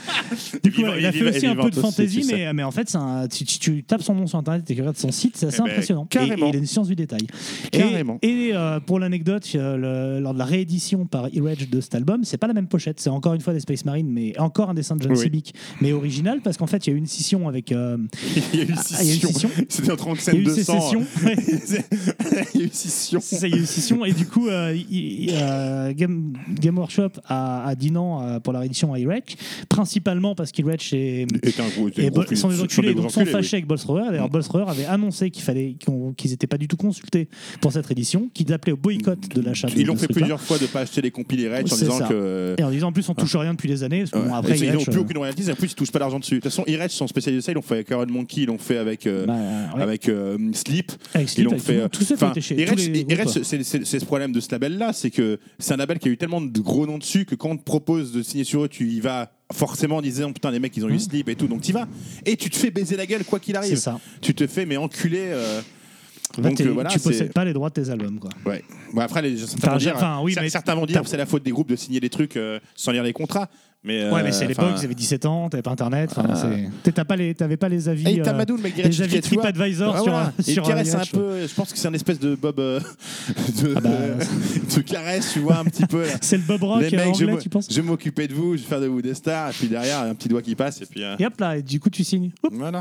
du coup, vivant- ouais, il a et fait vivant- aussi et un peu de vivante aussi, fantasy, tu sais. mais, mais en fait, c'est un, si tu, tu tapes son nom sur internet et que tu regardes son site, c'est assez Eh ben, impressionnant. carrément. Et, et il a une science du détail. Carrément. Et, et euh, pour l'anecdote, euh, le- lors de la réédition par E-Rage de cet album, c'est pas la même pochette, c'est encore une fois des Space Marines, mais encore un dessin de John Oui. Sibic, mais original, parce qu'en fait, il y a eu une scission avec. euh, Il y a eu Ah, il y a eu scission. scission. C'était entre il y a Anxen eu deux cents. sécession. Ouais. Il y a eu scission. C'est ça, il y a eu scission et du coup euh, il- il- euh, Game, Game Workshop a, a dit non euh, pour la réédition à E-Rage, principalement parce qu'E-Rage est, Est un gros, et un gros Bol- sont des sont enculés, gros donc sont enculés, fâchés oui. avec Bolsroer. D'ailleurs, Bolsroer avait annoncé qu'il fallait qu'ils n'étaient pas du tout consultés pour cette édition, qu'ils appelaient au boycott de l'achat. de- Ils l'ont de ce fait truc-là. plusieurs fois de pas acheter les compilés Rage en C'est disant ça. que. Et en disant en plus on touche rien depuis des années. Parce que, bon, Ouais. après, ils n'ont E-Rage, plus euh, aucune royalties et en plus ils touchent pas d'argent dessus. De toute façon, E-Rage sont spécialisés ça, ils l'ont fait avec Iron Monkey, ils l'ont fait avec, euh, bah, ouais. avec euh, Sleep. Avec Sleep, Ils l'ont avec fait. tout- tous ceux qui ont été chez E-Rage, tous les E-Rage, groupes. c'est c'est- c'est ce problème de ce label-là, c'est que c'est un label qui a eu tellement de gros noms dessus que quand on te propose de signer sur eux, tu y vas forcément en disant putain les mecs ils ont eu Sleep et tout, donc tu y vas et tu te fais baiser la gueule quoi qu'il arrive. C'est ça. Tu te fais mais enculer. euh, En fait, donc t'es- euh, voilà, tu c'est- possèdes pas les droits de tes albums, quoi. Ouais. Bon, après, les, certains, Enfin, vont dire, enfin, oui, cer- mais certains vont dire que c'est la faute des groupes de signer des trucs euh, sans lire les contrats. Mais, Ouais, mais euh, c'est l'époque, enfin, vous avez dix-sept ans, t'avais pas internet. Enfin, c'est- t'es- t'as pas les, t'avais pas les avis. Et euh, Tamadou, le mec les direct, avis tu vois. TripAdvisor Ah, sur, voilà. Et sur il caresse euh, un peu. Je pense que c'est un espèce de Bob euh, de, Ah bah, de caresse, tu vois un petit peu. Là. C'est le Bob Rock Les euh, mecs, je anglais, m'o- tu penses je vais m'occuper de vous, je vais faire de vous des stars, et puis derrière un petit doigt qui passe et puis. euh, Et hop là, et du coup tu signes. Oup. Voilà.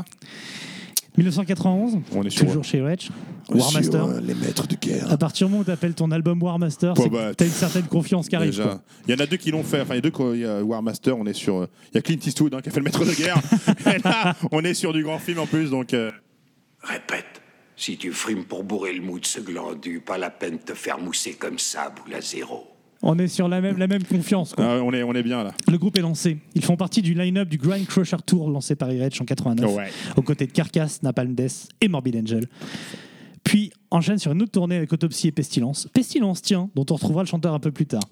mille neuf cent quatre-vingt-onze, On est sur- toujours chez Rage. Warmaster. Sur, euh, les maîtres de guerre. À partir du moment où tu appelles ton album Warmaster, Bon, c'est bah, que t'as une certaine confiance qui arrive. Déjà. quoi. Il y en a deux qui l'ont fait. Enfin, il y a deux qui- il y a Warmaster, on est sur. euh, Il y a Clint Eastwood hein, qui a fait le maître de guerre. Et là, on est sur du grand film en plus, donc. euh, Répète, si tu frimes pour bourrer le mou de ce glandu, pas la peine de te faire mousser comme ça, boule à zéro. On est sur la même, la même confiance. Quoi. ah, on, est, on est bien là. Le groupe est lancé. Ils font partie du line-up du Grind Crusher Tour lancé par E-Rage en quatre-vingt-neuf, Ouais. aux côtés de Carcass, Napalm Death et Morbid Angel. Puis enchaîne sur une autre tournée avec Autopsy et Pestilence. Pestilence, tiens, dont on retrouvera le chanteur un peu plus tard.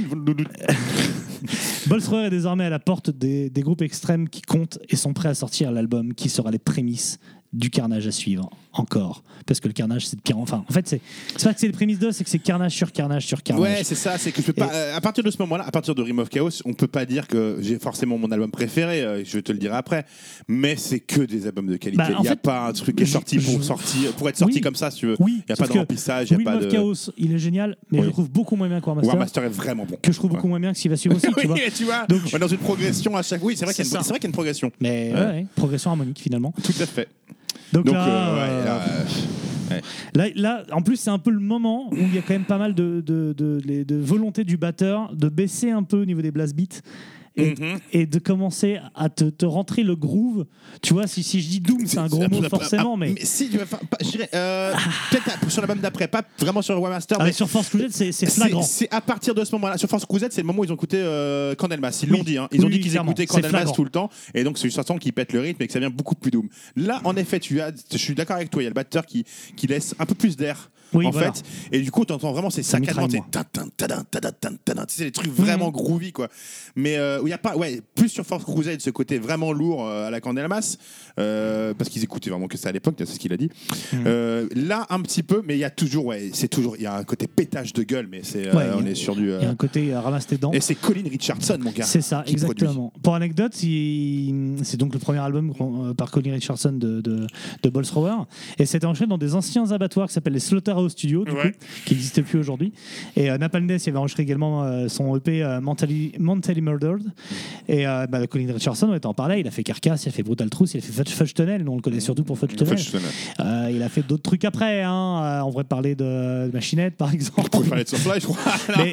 Bolsroer est désormais à la porte des, des groupes extrêmes qui comptent et sont prêts à sortir l'album qui sera les prémices du carnage à suivre, encore. Parce que le carnage, c'est de pire. Enfin, en fait, c'est c'est pas que c'est les prémices de, c'est que c'est carnage sur carnage sur carnage. Ouais, c'est ça. C'est que je peux pas. euh, à partir de ce moment-là, à partir de Rim of Chaos, on peut pas dire que j'ai forcément mon album préféré. euh, je te le dirai après. Mais c'est que des albums de qualité. Bah, Il en n'y a fait, pas un truc qui est je- sorti pour je- sortir, pour être sorti Oui. comme ça, si tu veux. Oui, Il n'y a sauf pas de que remplissage. Il n'y a Rim pas of de. Chaos, il est génial, mais Oui. je le trouve beaucoup moins bien que Warmaster. Warmaster est vraiment bon. Que je trouve beaucoup moins bien que ce qui va suivre aussi, tu vois. Oui, tu vois. Donc- on est dans une progression à chaque. Oui, c'est vrai qu'il y a C'est une- ça. c'est vrai qu'il y a une progression. Mais Ouais. ouais, ouais, progression harmonique finalement. Tout à fait. Donc, Donc, là, euh, ouais, euh, là, euh, là, là, en plus, c'est un peu le moment où il y a quand même pas mal de, de, de, de- de volonté du batteur de baisser un peu au niveau des blast beats. Et, Mhm. et de commencer à te, te rentrer le groove. Tu vois, si, si je dis Doom, c'est un gros mot ah, forcément, ah, mais, si, tu vas faire- pas- je dirais, euh, peut-être sur l'album d'après, pas vraiment sur le Warmaster, ah, mais mais sur Force Crusade, c'est c'est c'est flagrant. c'est à partir de ce moment-là. Sur Force Crusade, c'est le moment où ils ont écouté euh, Candlemas. Ils Oui. l'ont dit. Hein. Ils Oui, ont dit oui, qu'ils clairement. écoutaient C'est Candlemas flagrant. tout le temps. Et donc, c'est une chanson qui pète le rythme et que ça devient beaucoup plus Doom. Là, en effet, tu as, je suis d'accord avec toi. Il y a le batteur qui, qui laisse un peu plus d'air. Oui, en voilà. fait, et du coup, tu entends vraiment ces Ça saccadements, mitraille c'est tin, tin, tadin, tadin, tadin, tadin. Tu sais, les trucs vraiment Mhm. groovy, quoi. Mais euh, où il y a pas, ouais, plus sur Force Crusade, ce côté vraiment lourd euh, à la Candlemas, euh, parce qu'ils écoutaient vraiment que ça à l'époque, c'est ce qu'il a dit. Mhm. Euh, là, un petit peu, mais il y a toujours, ouais, c'est toujours, il y a un côté pétage de gueule, mais c'est, euh, Ouais, on il y a- est sur du. Il y a euh, un côté euh, ramasse tes dents. Et c'est Colin Richardson, mon gars. C'est ça, qui exactement. Pour anecdote, il- c'est donc le premier album euh, par Colin Richardson de, de, de Bolsroer. Et c'était enchaîné dans des anciens abattoirs qui s'appellent les Slaughterhouse Studios, du Ouais. coup, qui n'existaient plus aujourd'hui. Et euh, Napalm Death, il avait enregistré également euh, son E P euh, Mentally, Mentally Murdered. Et euh, bah, Colin Richardson, on était en parlait, il a fait Carcass, il a fait Brutal Truth, il a fait Fudge, Fudge Tunnel, nous on le connaît surtout pour Fudge Tunnel. Fudge Tunnel. Euh, il a fait d'autres trucs après, hein. Euh, on pourrait parler de, de Machinette par exemple. On peut parler de Soulfly, je crois. Mais,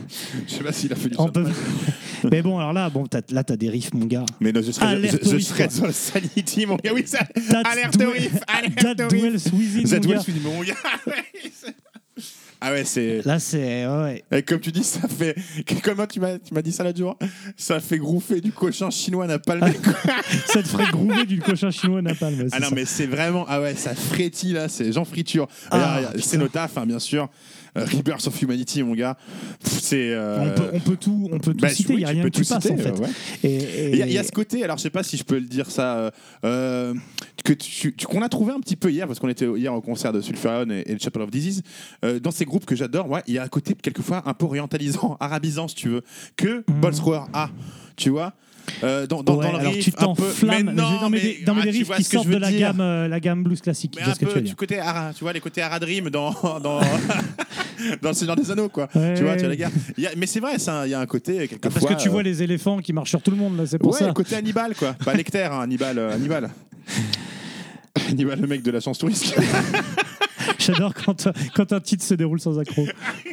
Je sais pas s'il a fait du on Soulfly. peut... Mais bon, alors là, bon, t'as, là, t'as des riffs, mon gars. Mais non, The Alerte Thread au The riff, Thread quoi. of Sanity, mon gars. Oui, ça. That Alerte au dwell- riff. That Alerte au riff. dwells within, That mon dwells gars. within, mon gars. Ouais, c'est- Ah ouais, c'est. Là, c'est. Ouais. Et comme tu dis, ça fait. Comment tu m'as, tu m'as dit ça l'autre jour? Ça fait grouffer du cochon chinois n'a pas le mec. Ça te ferait groover du cochon chinois napalm. ouais, c'est Ah non, ça. mais c'est vraiment. Ah ouais, ça frétille là, c'est Jean Friture. Ah, Regarde, regarde, putain. c'est Notaf, hein, bien sûr. euh, Rebirth of Humanity, mon gars. Pff, c'est. euh, On peut, on peut tout, on peut tout bah, citer. Il oui, y a tu rien peux qui tout passe citer, en fait. ouais. Et- et- Il y, a- il y a ce côté, alors je sais pas si je peux le dire ça, euh, euh, que tu, tu- qu'on a trouvé un petit peu hier, parce qu'on était hier au concert de Sulfurion et, et de Chapel of Disease. Euh, dans ces groupes que j'adore, ouais, il y a un côté quelquefois un peu orientalisant, arabisant, si tu veux, que Mhm. Bolt Thrower a, tu vois. Euh, dans, dans, Ouais, dans le alors riff, tu un peu- t'enflammes mais non, dans mes, mais, dans mes ah, tu riffs vois qui ce que sortent je veux de la dire. gamme, euh, la gamme blues classique. Mais Je vois un ce que tu peu veux du dire. côté Ara, tu vois les côtés Aradrim dans dans dans le Seigneur des Anneaux, quoi. Ouais. Tu vois, tu vois les gars. Il y a- mais c'est vrai, ça, il y a un côté quelquefois. Parce que tu euh, vois les éléphants qui marchent sur tout le monde là, c'est pour ouais, ça. le côté Hannibal, quoi. Pas Lecter, hein, Hannibal, euh, Hannibal. Hannibal, le mec de la chance touriste. J'adore quand, quand un titre se déroule sans accroc.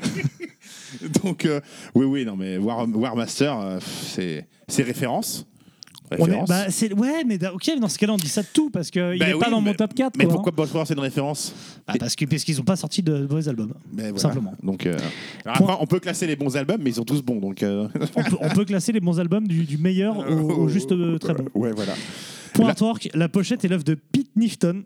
Donc, euh, oui, oui, non, mais War, War Master, euh, c'est c'est référence. On est, Référence. bah, c'est, ouais, mais da- ok, dans ce cas-là, on dit ça de tout parce qu'il Bah n'est oui, pas dans mais- mon top quatre. Mais quoi, pourquoi hein. Bolt Thrower, c'est une référence? Bah, parce, que, parce qu'ils n'ont pas sorti de mauvais albums. Mais voilà. Simplement. Donc, euh, alors après, on peut classer les bons albums, mais ils sont tous bons. Donc, euh, On peut, on peut classer les bons albums du, du meilleur au, au juste euh, très bon. Ouais, voilà. Point La- Artwork, la pochette est l'œuvre de Pete Nifton,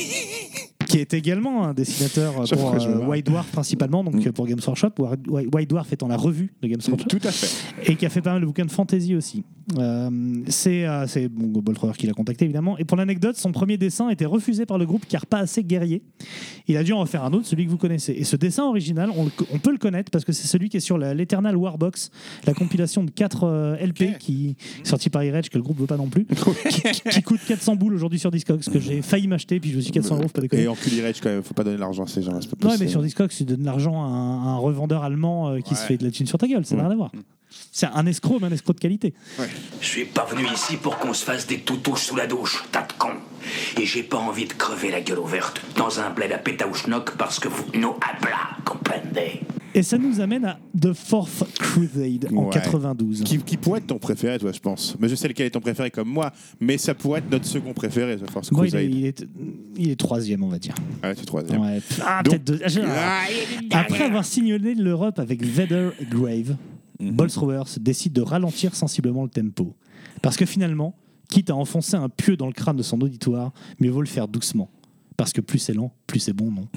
qui est également un dessinateur Chaque pour fois, je me euh, marre. White Dwarf principalement, donc Mm. euh, pour Games Workshop. White White Dwarf étant la revue de Games Workshop. Tout à fait. Et qui a fait pas mal de bouquins de fantasy aussi. Euh, c'est euh, c'est bon, Bolt Thrower qui l'a contacté évidemment. Et pour l'anecdote, son premier dessin était refusé par le groupe car pas assez guerrier. Il a dû en refaire un autre, celui que vous connaissez. Et ce dessin original, on, le- on peut le connaître parce que c'est celui qui est sur la- l'Eternal Warbox, la compilation de quatre euh, L P Ok. qui est sortie par Irage, que le groupe veut pas non plus, qui, qui- qui coûte quatre cents boules aujourd'hui sur Discogs, que j'ai failli m'acheter, puis je me suis dit quatre cents euros, faut pas déconner. Et en Rage, quand même, faut pas donner l'argent à ces gens-là. c'est pas Ouais, mais possible. sur Discogs, tu donnes de l'argent à un, à un revendeur allemand euh, qui Ouais. se fait de la thune sur ta gueule, ça n'a Mm. rien à voir. C'est un escroc, mais un escroc de qualité. Je suis pas venu ici pour qu'on se fasse des toutouches sous la douche, tas de cons. Et j'ai pas envie de crever la gueule ouverte dans un bled à pétaouchnock parce que vous no habla, comprendez. Et ça nous amène à The Fourth Crusade en Ouais. quatre-vingt-douze. Qui, qui pourrait être ton préféré, toi, je pense. Mais je sais lequel est ton préféré comme moi, mais ça pourrait être notre second préféré, The Force Moi, il, Crusade. est, il, est, il est troisième, on va dire. Ah, c'est troisième. Ouais. Ah, Donc- peut-être deux. Ah, je- Après avoir signalé l'Europe avec Vader Grave, Mhm. Bolt Thrower décide de ralentir sensiblement le tempo. Parce que finalement, quitte à enfoncer un pieu dans le crâne de son auditoire, mieux vaut le faire doucement. Parce que plus c'est lent, plus c'est bon, non?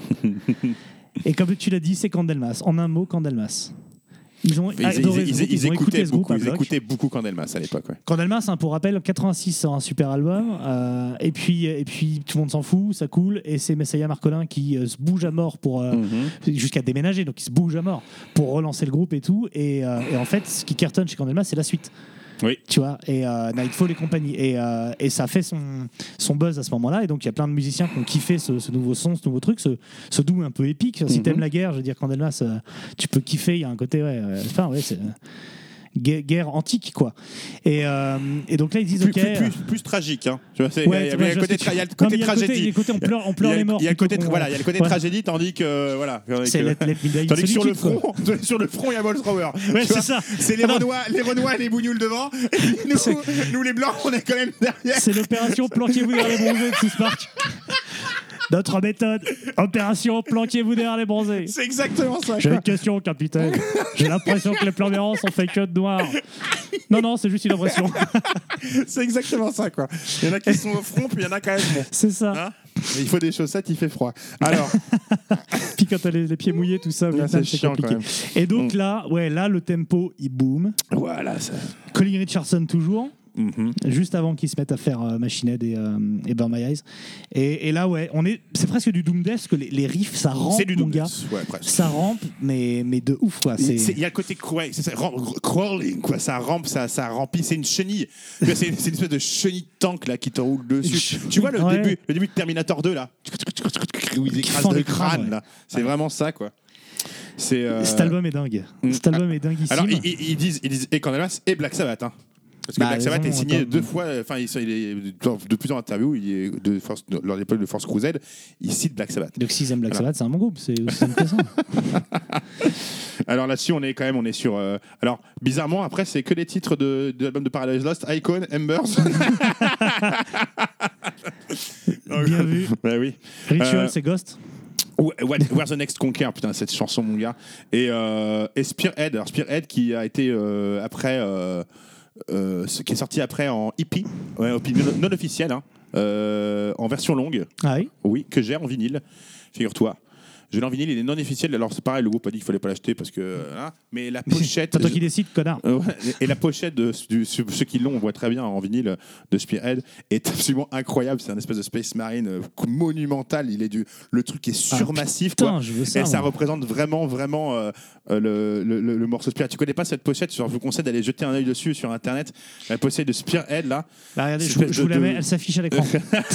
Et comme tu l'as dit, c'est Candlemas. En un mot, Candlemas. Ils ont Ils, adoré ils- ce ils- groupe, ils ils ont écouté écoutaient ce groupe beaucoup, à ils bloc. écoutaient beaucoup Candlemas à l'époque. Ouais. Candlemas, hein, pour rappel, quatre-vingt-six sort un super album, euh, et, puis, et puis tout le monde s'en fout, ça coule, et c'est Messiah Marcolin qui euh, se bouge à mort pour euh, Mhm. jusqu'à déménager, donc il se bouge à mort pour relancer le groupe et tout, et, euh, et en fait, ce qui cartonne chez Candlemas, c'est la suite. Oui. Tu vois, et euh, Nightfall et compagnie, et, euh, et ça fait son, son buzz à ce moment-là, et donc il y a plein de musiciens qui ont kiffé ce, ce nouveau son, ce nouveau truc, ce, ce doux un peu épique. Si Mhm. t'aimes la guerre, je veux dire, Candlemas, euh, tu peux kiffer, il y a un côté, ouais, euh, enfin, ouais, c'est. Guerre, guerre antique, quoi. Et, euh, et donc là, ils disent Plus, ok. plus, plus, plus tragique. Hein. Tu vois, c'est- Ouais, il y a, tu il y a vois, le je côté, sais, tra- il y a le non, côté mais il y a le côté- tragédie. il y a le côté on pleure- on pleure Il y a- les morts Il y a le côté, plutôt qu'on- voilà, il y a le côté Ouais. tragédie, tandis que euh, voilà. C'est que- Let- Let Me Die Tandis que sur le Solitude, front, sur le front, il y a Bolt Thrower. Ouais, Tu c'est vois, ça. C'est les Alors- Renois, les Renois et les Bougnoules devant. Et nous, C'est- nous, les Blancs, on est quand même derrière. C'est l'opération planquez-vous derrière les bronzés de Six Park. Notre méthode, opération planquez-vous derrière les bronzés. C'est exactement ça. J'ai quoi. une question, capitaine. J'ai l'impression que les plans sont fait que de noir. Non, non, c'est juste une impression. C'est exactement ça, quoi. Il y en a qui sont au front, puis il y en a quand même. Bon. C'est ça. Hein, mais il faut des chaussettes, il fait froid. Alors, Puis quand t'as les, les pieds mouillés, tout ça, là, Vietnam, c'est c'est chiant compliqué. quand même. Et donc Mm. là, ouais, là, le tempo, il boom. Voilà, ça. Colin Richardson toujours. Mhm. Juste avant qu'ils se mettent à faire euh, Machine Head et, euh, et Burn My Eyes. Et, et là, ouais, on est, c'est presque du Doom Death, que les, les riffs, ça rampe, C'est du mon Doom gars. Death, ouais, presque. Ça rampe, mais, mais de ouf, quoi. C'est- C'est... Il y a le côté ouais, c'est ça, ram- crawling, quoi. Ça rampe, ça, ça remplit. C'est une chenille. Tu vois, C'est une, c'est une espèce de chenille de tank là, qui te roule dessus. Tu vois le, Ouais. début, le début de Terminator deux, là où ils écrasent fend le les crânes, crâne, ouais. là. C'est vraiment ça, quoi. C'est, euh, Cet album est dingue. Mm. Cet album est dinguissime. Alors, ils, ils- ils disent, ils disent et Candlemas et Black Sabbath. Hein. Parce que Bah, Black Sabbath ils ont- est signé attends. deux fois, enfin, il, il est, dans- de plusieurs interviews, il est de Force, lors de l'époque de Force Crusade, il cite Black Sabbath. Donc s'ils aiment Black Voilà. Sabbath, c'est un bon groupe. C'est aussi simple que ça. Alors là-dessus, on est quand même, on est sur. euh, alors bizarrement, après, c'est que les titres de, de l'album de Paradise Lost, Icon, Embers. Bien vu. Bah oui. Ritual, Euh, c'est Ghost. What, Where's the Next Conquer, putain, cette chanson, mon gars. Et, euh, et Spearhead, alors Spearhead qui a été euh, après, euh, euh, ce qui est sorti après en E P, ouais, E P non, non officiel, hein, euh, en version longue, Ah oui. oui, que j'ai en vinyle, figure-toi. Je l'ai en vinyle, il est non officiel. Alors c'est pareil, le groupe a dit qu'il fallait pas l'acheter parce que. Hein, mais la pochette. C'est toi qui décide, connard. Euh, ouais, et la pochette de, de, ceux qui l'ont, on voit très bien en vinyle de Spearhead, est absolument incroyable. C'est un espèce de Space Marine euh, monumental. Il est du, le truc est surmassif. Ah, putain, quoi. je veux ça, et ça moi. représente vraiment, vraiment euh, euh, le, le, le, le morceau Spearhead. Tu connais pas cette pochette? Je vous conseille d'aller jeter un œil dessus sur internet. La pochette de Spearhead là. Bah, regardez, je, C'est je vous la de- mets, elle s'affiche à l'écran.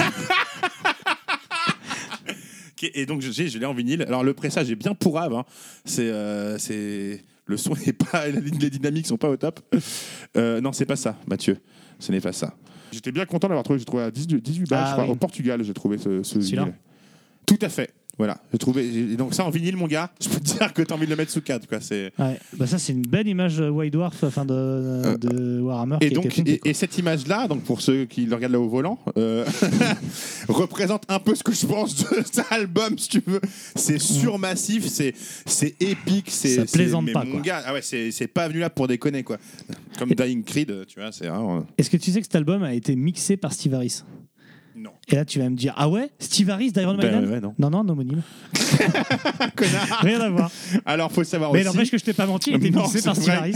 Et donc je, je l'ai en vinyle. Alors le pressage est bien pourrave. Hein. C'est, euh, c'est le son n'est pas, les dynamiques sont pas au top. Euh, non, c'est pas ça, Mathieu. Ce n'est pas ça. J'étais bien content d'avoir trouvé. J'ai trouvé à dix-huit balles, Ah, je crois, oui. au Portugal. J'ai trouvé ce, ce Celui-là vinyle. Tout à fait. Voilà. J'ai trouvé. Et donc ça en vinyle, mon gars. Je peux te dire que t'as envie de le mettre sous cadre, quoi. C'est. Ouais. Bah, ça, c'est une belle image euh, White Dwarf enfin, de, Euh, de Warhammer. Et qui a donc, été pompée, et, quoi. et cette image-là, donc pour ceux qui le regardent là au volant, euh, représente un peu ce que je pense de cet album, si tu veux. C'est surmassif, c'est c'est épique, c'est Ça c'est- plaisante mais pas, mon quoi. gars, ah ouais, c'est c'est pas venu là pour déconner, quoi. Comme Dying Creed, tu vois, c'est vraiment. Est-ce que tu sais que cet album a été mixé par Steve Harris? Non. Et là, tu vas me dire, ah ouais, Steve Harris d'Iron Ben, Maiden? ouais, non. Non, non, homonyme. Connard. Rien à voir. Alors, faut savoir Mais aussi. n'empêche que je t'ai pas menti, il était Non, mixé c'est par Steve vrai. Harris.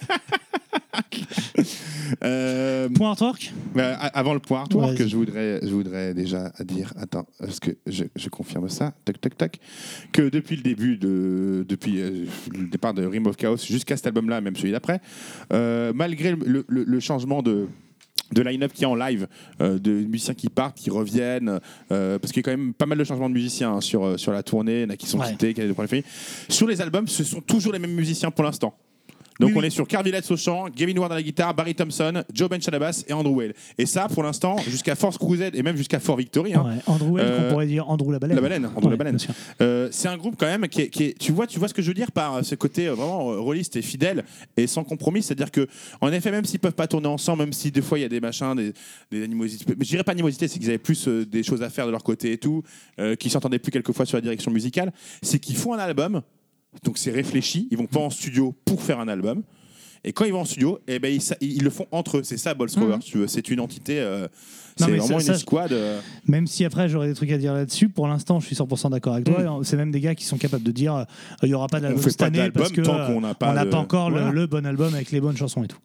Euh, Point artwork. bah, a- avant le point artwork, Vas-y. je voudrais, je voudrais déjà dire, attends, parce que je, je confirme ça, tac, tac, tac, que depuis le début de, depuis euh, le départ de Rim of Chaos jusqu'à cet album-là, même celui d'après, euh, malgré le, le- le changement de de line-up qui est en live, euh, de musiciens qui partent, qui reviennent, euh, parce qu'il y a quand même pas mal de changements de musiciens hein, sur, euh, sur la tournée, il y en a qui sont Ouais. quittés, qui ont des problèmes. Sur les albums, ce sont toujours les mêmes musiciens pour l'instant. Donc Oui, on oui. est sur Carl Willets au chant, Gavin Ward à la guitare, Barry Thompson, Joe Bench à la basse et Andrew Whale. Et ça, pour l'instant, jusqu'à Force Crusade et même jusqu'à Fort Victory. Hein, Ouais, Andrew Whale, Euh, qu'on pourrait dire Andrew la baleine. la baleine, Andrew la Ouais, baleine. bien sûr. Euh, c'est un groupe quand même qui est, qui est- tu vois, tu vois ce que je veux dire par ce côté euh, vraiment euh, rôliste et fidèle et sans compromis, c'est-à-dire que en effet, même s'ils peuvent pas tourner ensemble, même si des fois il y a des machins, des, des animosités, mais je dirais pas animosité, c'est qu'ils avaient plus euh, des choses à faire de leur côté et tout, euh, qui s'entendaient plus quelquefois sur la direction musicale, c'est qu'ils font un album, donc c'est réfléchi, ils vont pas en studio pour faire un album. Et quand ils vont en studio, eh ben, ils, ils le font entre eux. C'est ça, Balls Rover, Mhm. si tu veux. C'est une entité. euh, Non, c'est mais vraiment ça- une ça, escouade. euh, Même si après j'aurais des trucs à dire là-dessus, pour l'instant je suis cent pour cent d'accord avec toi. C'est même des gars qui sont capables de dire euh, il n'y aura pas On d'album fait cette pas année d'album parce que tant euh, qu'on n'a pas on n'a de- pas encore le- Voilà. le, bon album avec les bonnes chansons et tout.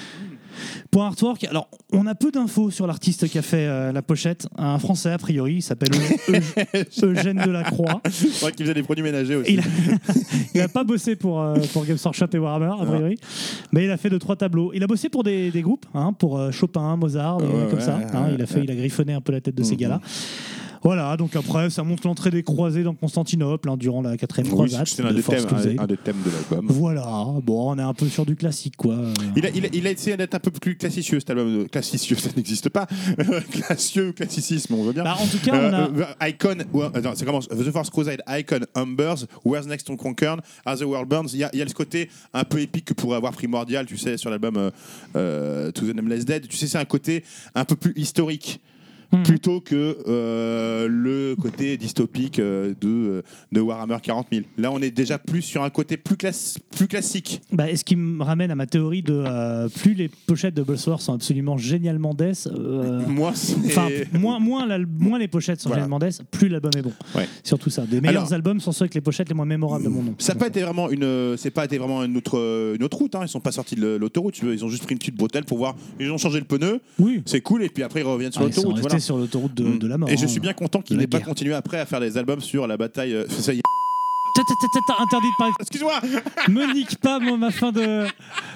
Point artwork, alors on a peu d'infos sur l'artiste qui a fait euh, la pochette, un français a priori, il s'appelle Eu- Eu- Eugène Delacroix. C'est vrai qu'ils faisaient des produits ménagers aussi. Il a, il a pas bossé pour, euh, pour Games Workshop et Warhammer, a priori, mais il a fait deux trois tableaux. Il a bossé pour des, des groupes, hein, pour euh, Chopin, Mozart, des Ouais, mecs comme ouais, ça. ouais, hein, ouais, il a fait, ouais. il a griffonné un peu la tête de ces Mhm. gars-là. Voilà, donc après, ça montre l'entrée des croisés dans Constantinople hein, durant la quatrième Oui, croisade. c'est un, de des Force thèmes, un, Crusade. un des thèmes de l'album. Voilà, bon, on est un peu sur du classique, quoi. Il a, il, a, il a essayé d'être un peu plus classicieux, cet album. de- Classicieux, ça n'existe pas. Classieux, classicisme, on veut bien. Bah, en tout cas, on a. Euh, euh, Icon, ou- attends, ça commence. The Force Crusade, Icon, Humbers, Where's Next to Conquer, As the World Burns. Il y, a, il y a ce côté un peu épique que pourrait avoir Primordial, tu sais, sur l'album euh, euh, To the Nameless Dead. Tu sais, c'est un côté un peu plus historique. Mhm. Plutôt que euh, le côté dystopique euh, de, de Warhammer quarante mille. Là, on est déjà plus sur un côté plus, classe, plus classique. Bah, et ce qui me ramène à ma théorie de euh, plus les pochettes de Bullsworth sont absolument génialement death. euh, Moi, c'est... Enfin, moins, moins, l'al- moins les pochettes sont Voilà. génialement death, plus l'album est bon. Ouais. Surtout ça. Des meilleurs Alors- albums sont ceux avec les pochettes les moins mémorables de mon nom. Ça n'a pas été vraiment une, c'est pas été vraiment une autre, une autre route. Hein. Ils sont pas sortis de l'autoroute. tu veux. Ils ont juste pris une petite bretelle pour voir. Ils ont changé le pneu. Oui. C'est cool. Et puis après ils reviennent sur Ah, ils sont l'autoroute. restés Voilà. sur l'autoroute de, de la mort. Et je hein. suis bien content qu'ils De la n'aient pas guerre. continué après à faire des albums sur la bataille. euh, ça y est. Tata, tata, tata, interdit de parler. Excuse-moi. Me nique pas moi, ma fin de.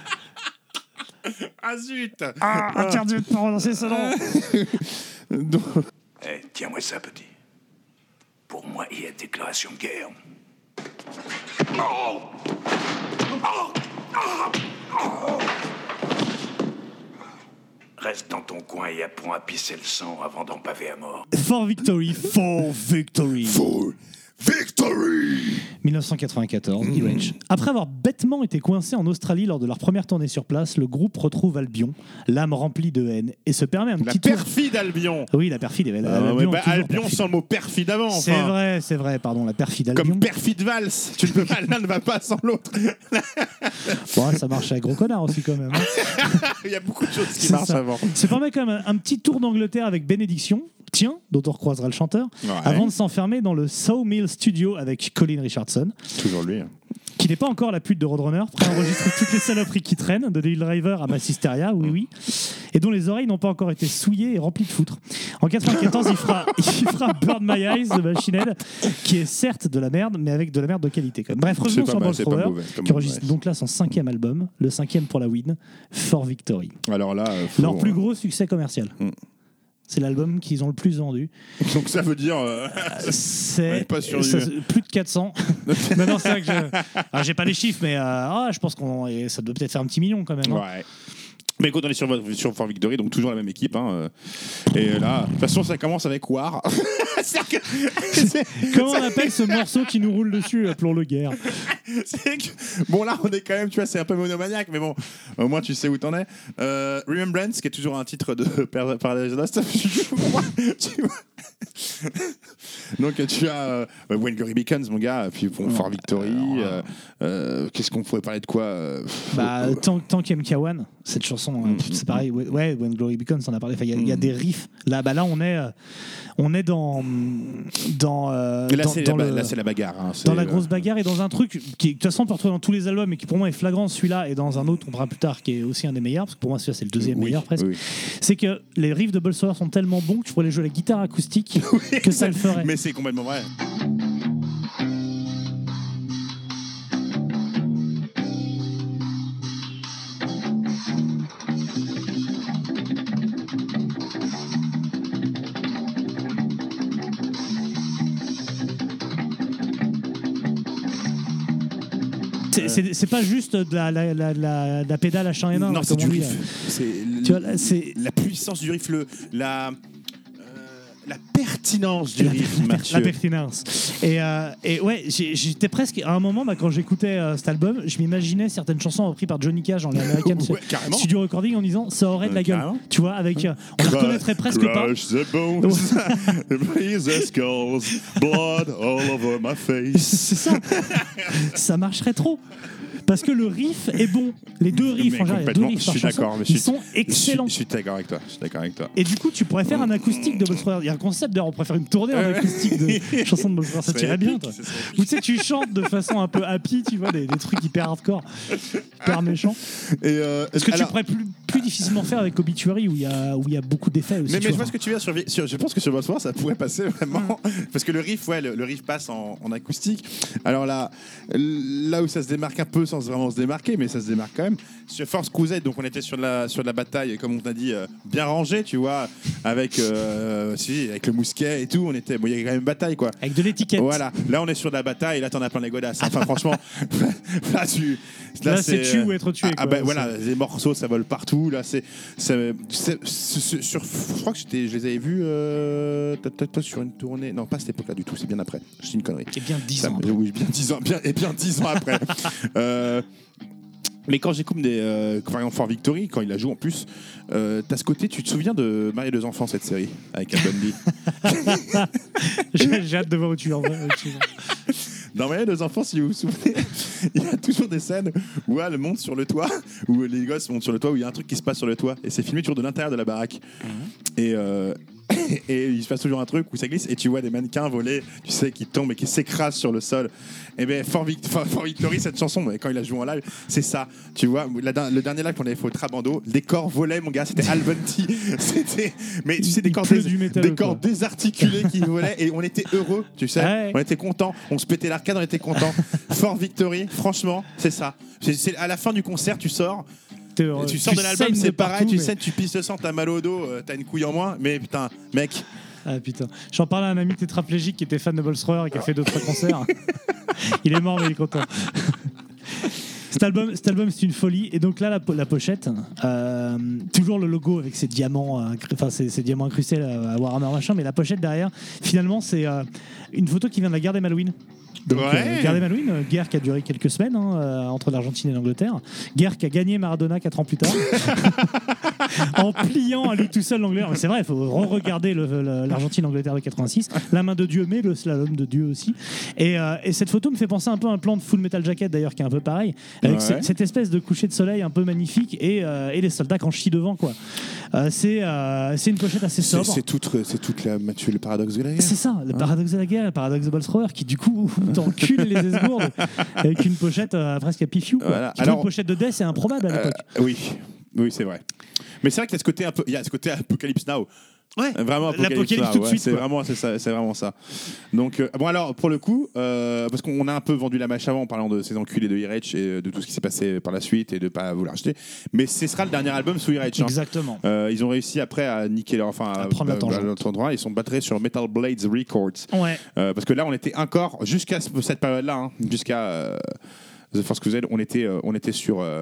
Ah zut. Ah, interdit de prononcer ce nom. Donc, Eh, tiens-moi ça, petit. Pour moi, il y a déclaration de guerre. Oh Oh Oh Oh Reste dans ton coin et apprends à pisser le sang avant d'en paver à mort. For Victory, for Victory. For Victory. dix-neuf cent quatre-vingt-quatorze, E-Rage. Après avoir bêtement été coincé en Australie lors de leur première tournée sur place, le groupe retrouve Albion, l'âme remplie de haine, et se permet un La petit tour. perfide Albion. Oui, la perfide. la- Ah, ouais, Albion, bah, toujours Albion perfide. sans le mot perfide avant. C'est enfin. vrai, c'est vrai, pardon, la perfide Albion. Comme perfide valse. Tu ne peux pas. L'un ne va pas sans l'autre. Bon, ça marche avec Gros Connard aussi quand même. hein. Il y a beaucoup de choses qui C'est marchent ça. avant. Se permet quand même un, un petit tour d'Angleterre avec bénédiction, Tien, dont on recroisera le chanteur, Ouais. avant de s'enfermer dans le Sawmill Studio avec Colin Richardson, Toujours lui. hein. qui n'est pas encore la pute de Roadrunner, prêt à enregistrer toutes les saloperies qui traînent, de Devil Driver à Massisteria, oui oui, et dont les oreilles n'ont pas encore été souillées et remplies de foutre. En quatre-vingt-quatorze, il fera, il fera Burn My Eyes de Machine Head, qui est certes de la merde, mais avec de la merde de qualité. Quand même. Bref, revenons C'est sur pas mal, Bolt c'est pas Thrower, mauvais, c'est pas qui mauvais. enregistre donc là son cinquième album, le cinquième pour la win, For Victory. Alors là, euh, faut- Leur plus gros succès commercial. Mm. C'est l'album qu'ils ont le plus vendu. Donc ça veut dire. euh, On C'est est pas sur ça- du- plus de quatre cents. non, non, c'est vrai que je... ah, j'ai pas les chiffres, mais euh, ah, je pense qu'on et ça doit peut-être faire un petit million quand même. hein. Ouais. Mais écoute, on est sur, sur Fort Victory, donc toujours la même équipe. Hein, euh. Et là, de toute façon, ça commence avec War. C'est-à-dire que- c'est- Comment on appelle ce morceau qui nous roule dessus, appelons-le guerre. c'est que- Bon, là, on est quand même, tu vois, c'est un peu monomaniaque, mais bon, au moins tu sais où t'en es. Euh, Remembrance, qui est toujours un titre de Par- Paradise Lost. Tu vois. Donc tu as euh, When Glory Beacons, mon gars, puis bon, Fort Victory. euh, euh, Qu'est-ce qu'on pourrait parler de quoi euh, Bah, tant, tant qu'M K un, cette chanson, hein, c'est pareil. Ouais, ouais, When Glory Beacons, on a parlé. Il y, a- y a des riffs. Là, bah là, on est, euh, on est dans, dans, euh, Et là, dans, c'est dans la, le- là, c'est la bagarre. hein, c'est, dans la euh, grosse bagarre et dans un truc qui, de toute façon, on peut retrouver dans tous les albums et qui pour moi est flagrant, celui-là, et dans un autre, on verra plus tard, qui est aussi un des meilleurs, parce que pour moi, celui-là, c'est le deuxième oui, meilleur presque. oui. C'est que les riffs de Bolsover sont tellement bons que tu pourrais les jouer à la guitare acoustique que ça le ferait. Mais c'est complètement vrai. C'est- C'est c'est pas juste de la, la, la, la, la pédale à chien et nain. Non, là, c'est comme du on dit, riff. là. C'est Tu vois, là, c'est- la puissance du riff, le, la, euh, la pertinence du La- riff, la, Mathieu. la pertinence. Et, euh, et ouais, j'ai- j'étais presque à un moment, bah, quand j'écoutais euh, cet album, je m'imaginais certaines chansons reprises par Johnny Cash dans les American Ouais, carrément. Studio Recording en disant ça aurait de la Euh, gueule. carrément. Tu vois, avec euh, on le reconnaîtrait presque pas. Crush the bones, raise the skulls, blood all over my face. C'est ça. Ça marcherait trop. Parce que le riff est bon. Les deux riffs, Mais en général, il y a deux complètement, riffs je par suis chanson, d'accord, mais je ils suis- sont Je excellents. suis, je suis d'accord avec toi. Je suis d'accord avec toi. Et du coup, tu pourrais faire un acoustique de Bolsover. Il y a un concept d'ailleurs, on pourrait faire une tournée en Ouais. acoustique de chansons de Bolsover. Ça serait tirait bien, épique, toi. ce serait épique. Ou tu sais, tu chantes de façon un peu happy, tu vois, des, des trucs hyper hardcore, hyper méchants. Et euh, Ce que tu alors- pourrais plus, plus difficilement faire avec Obituary, où il y a, où il y a beaucoup d'effets aussi. Mais, tu mais je vois. vois ce que tu veux dire sur, sur- je pense que sur Bolsover ça pourrait passer vraiment parce que le riff ouais le, le riff passe en, en acoustique. Alors là là où ça se démarque un peu sans vraiment se démarquer mais ça se démarque quand même sur Force Crusade, donc on était sur de la sur de la bataille comme on t'a dit euh, bien rangé, tu vois, avec euh, si, avec le mousquet et tout, on était bon, il y avait quand même bataille quoi. Avec de l'étiquette. Voilà, là on est sur de la bataille et là t'en as plein les godasses. Enfin franchement, là tu Là, c'est tuer ou être tué, Ah, quoi. bah, C'est- voilà, les morceaux ça vole partout. Là c'est c'est- c'est- c'est- sur je crois que j'étais- je les avais vus euh, ta- ta- ta- sur une tournée. Non, pas à cette époque-là du tout, c'est bien après. Je dis une connerie. Et bien dix Ça ans. me- Oui, bien dix ans, bien, et bien dix ans après. Euh, mais quand j'écoute des, euh, par exemple Fort Victory, quand il la joue en plus, euh, t'as ce côté, tu te souviens de Marie et deux enfants, cette série, avec Al Bundy. J'ai j'ai hâte de voir où tu en vas. où tu vas. Dans Marie et deux enfants, si vous vous souvenez, il y a toujours des scènes où elle monte sur le toit, où les gosses montent sur le toit, où il y a un truc qui se passe sur le toit, et c'est filmé toujours de l'intérieur de la baraque. Et, euh, et il se passe toujours un truc où ça glisse, et tu vois des mannequins voler, tu sais, qui tombent et qui s'écrasent sur le sol. Et bien, Fort, Vic- Fort- Fort Victory, cette chanson, mais quand il la joue en live, c'est ça. Tu vois, la- le dernier live qu'on avait fait au Trabando, les corps volaient, mon gars, c'était Al Bundy. C'était, mais tu sais, des Il corps, pleut dés- du métal, des quoi. corps désarticulés qui volaient, et on était heureux, tu sais. Ouais. On était contents, on se pétait l'arcade, on était contents. Fort Victory, franchement, c'est ça. C'est, c'est à la fin du concert, tu sors. T'es heureux. Tu sors de l'album, saignes c'est de pareil, partout, tu mais- sais, tu pisses le sang, t'as mal au dos, euh, t'as une couille en moins, mais putain, mec, Ah putain. J'en parlais à un ami tétraplégique qui était fan de Bolsover et qui a fait deux trois concerts. Il est mort mais il est content. Cet album, cet album c'est une folie. Et donc là, la, po- la pochette, euh, toujours le logo avec ses diamants, euh, incru- enfin ces, ces diamants incrustés là, à Warhammer machin, mais la pochette derrière, finalement, c'est euh, une photo qui vient de la guerre des Malouines. Donc, Ouais. euh, Gardez Malouine, euh, guerre qui a duré quelques semaines hein, euh, entre l'Argentine et l'Angleterre. Guerre qui a gagné Maradona quatre ans plus tard. En pliant à lui tout seul l'Angleterre. Mais c'est vrai, il faut re-regarder le- le- l'Argentine-Angleterre de quatre-vingt-six. La main de Dieu, mais le slalom de Dieu aussi. Et, euh, et cette photo me fait penser un peu à un plan de Full Metal Jacket d'ailleurs, qui est un peu pareil. Avec Ouais. ce- cette espèce de coucher de soleil un peu magnifique et, euh, et les soldats qui en chient devant. Quoi. Euh, c'est, euh, c'est une pochette assez C'est sobre. c'est toute, c'est toute la, Mathieu, le paradoxe de la guerre. C'est ça, le paradoxe de la guerre, le paradoxe de Bolstrower, qui du coup t'encule les esgourdes avec une pochette euh, presque à pifiou. Quoi. Voilà. Qui, Alors- une pochette de Death, c'est improbable à l'époque. Euh, oui, oui, c'est vrai. Mais c'est vrai qu'il y a ce côté un peu, il y a ce côté Apocalypse Now. Ouais, Vraiment Apocalypse, l'apocalypse Now, tout de ouais, suite. c'est quoi. vraiment, c'est ça, c'est vraiment ça. Donc euh, bon alors pour le coup, euh, parce qu'on a un peu vendu la mâche avant en parlant de ces enculés de E-Rage et de tout ce qui s'est passé par la suite et de pas vouloir acheter. Mais ce sera le dernier album sous E-Rage. Hein. Exactement. Euh, ils ont réussi après à niquer leur, enfin À prendre la tangente. leur endroit. Ils sont battrés sur Metal Blades Records. Ouais. Euh, parce que là on était encore jusqu'à ce- cette période-là, hein, jusqu'à euh, The Force Crusade, on était, euh, on était sur. Euh,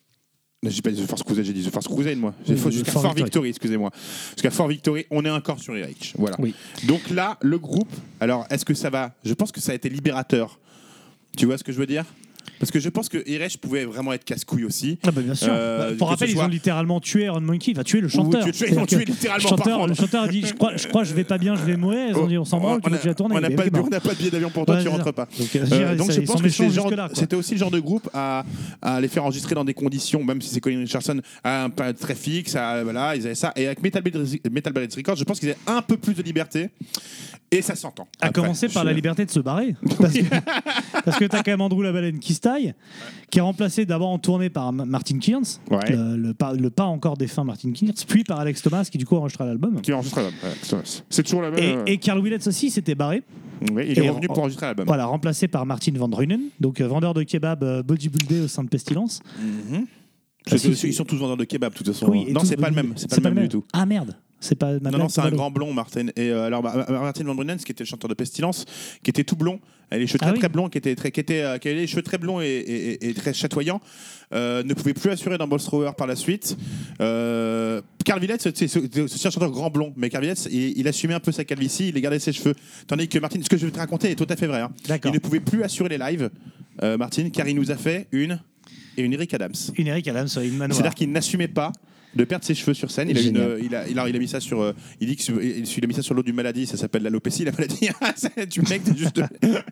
j'ai pas dit The Force Crusade, j'ai dit The Force Crusade, moi. J'ai Oui, fait oui, jusqu'à Fort Fort Victory. Victory, excusez-moi. Jusqu'à Fort Victory, on est encore sur E-Rage. Voilà. Oui. Donc là, le groupe, alors est-ce que ça va? Je pense que ça a été libérateur. Tu vois ce que je veux dire? Parce que je pense que E-Rage pouvait vraiment être casse-couille aussi. Ah bah bien sûr. Euh, Bah, pour que rappel, ce ils soit- ont littéralement tué Iron Monkey, enfin tué le chanteur. tué- tué- C'est-à-dire ils ont tué que littéralement, le chanteur, par contre. le chanteur a dit je crois, je crois que je vais pas bien, je vais mourir. Ils ont dit on s'en branle, tu on a- continues à tourner. on n'a Il est pas, de- mort. on n'a pas de billet d'avion pour toi, Ouais, tu c'est rentres ça. pas. Donc, euh, Euh, je dirais, donc ça, je ils pense sont que c'est le méchants genre- jusque-là, quoi. c'était aussi le genre de groupe à, à les faire enregistrer dans des conditions, même si c'est Colin Richardson, à un pas très fixe, à- voilà, ils avaient ça. Et avec Metal Blades Metal Blades Records, je pense qu'ils avaient un peu plus de liberté. Et ça s'entend. À Après, commencer par je- la liberté de se barrer. Parce que, parce que t'as quand même Andrew la baleine qui se taille, qui est remplacé d'abord en tournée par Ma- Martin Kearns, Ouais. le, le pas, le pas encore défunt Martin Kearns, puis par Alex Thomas qui du coup enregistra l'album. Qui enregistre l'album. Ouais, c'est toujours la même. Et, euh, et Carl Willets aussi s'était barré, oui, il est et revenu en- pour enregistrer l'album. voilà, remplacé par Martin Van Drunen, donc euh, vendeur de kebab euh, bodybuildé au sein de Pestilence. Mhm. Ah, si, Ils si. sont tous vendeurs de kebab, de toute façon. Oui, et non, tout c'est pas le body- même. C'est pas le même du tout. Ah merde, c'est pas ma Non, non, blague, c'est un Malo. grand blond, Martin. Et euh, alors, Ma- Ma- Martin Van Brunnen, qui était le chanteur de Pestilence, qui était tout blond, elle a les cheveux Ah très oui. très blonds, qui était très, qui était, euh, qui avait les cheveux très blonds et, et- et- et très chatoyants, euh, ne pouvait plus assurer dans Bolstrower par la suite. Euh, Carl Willets, c'est c'est- c'est aussi un chanteur grand blond, mais Carl Willets, il, il assumait un peu sa calvitie, il gardait ses cheveux, tandis que Martin, ce que je vais te raconter est tout à fait vrai. Hein. D'accord. Il ne pouvait plus assurer les lives, euh, Martin, car il nous a fait une et une Eric Adams. Une Eric Adams, une manoir. C'est-à-dire qu'il n'assumait pas de perdre ses cheveux sur scène. Il a, une, Génial. euh, il a, il a, il a mis ça sur. euh, il dit que sur- il, il a mis ça sur l'eau du maladie. Ça s'appelle l'alopécie, la maladie. C'est- tu mec, t'es juste.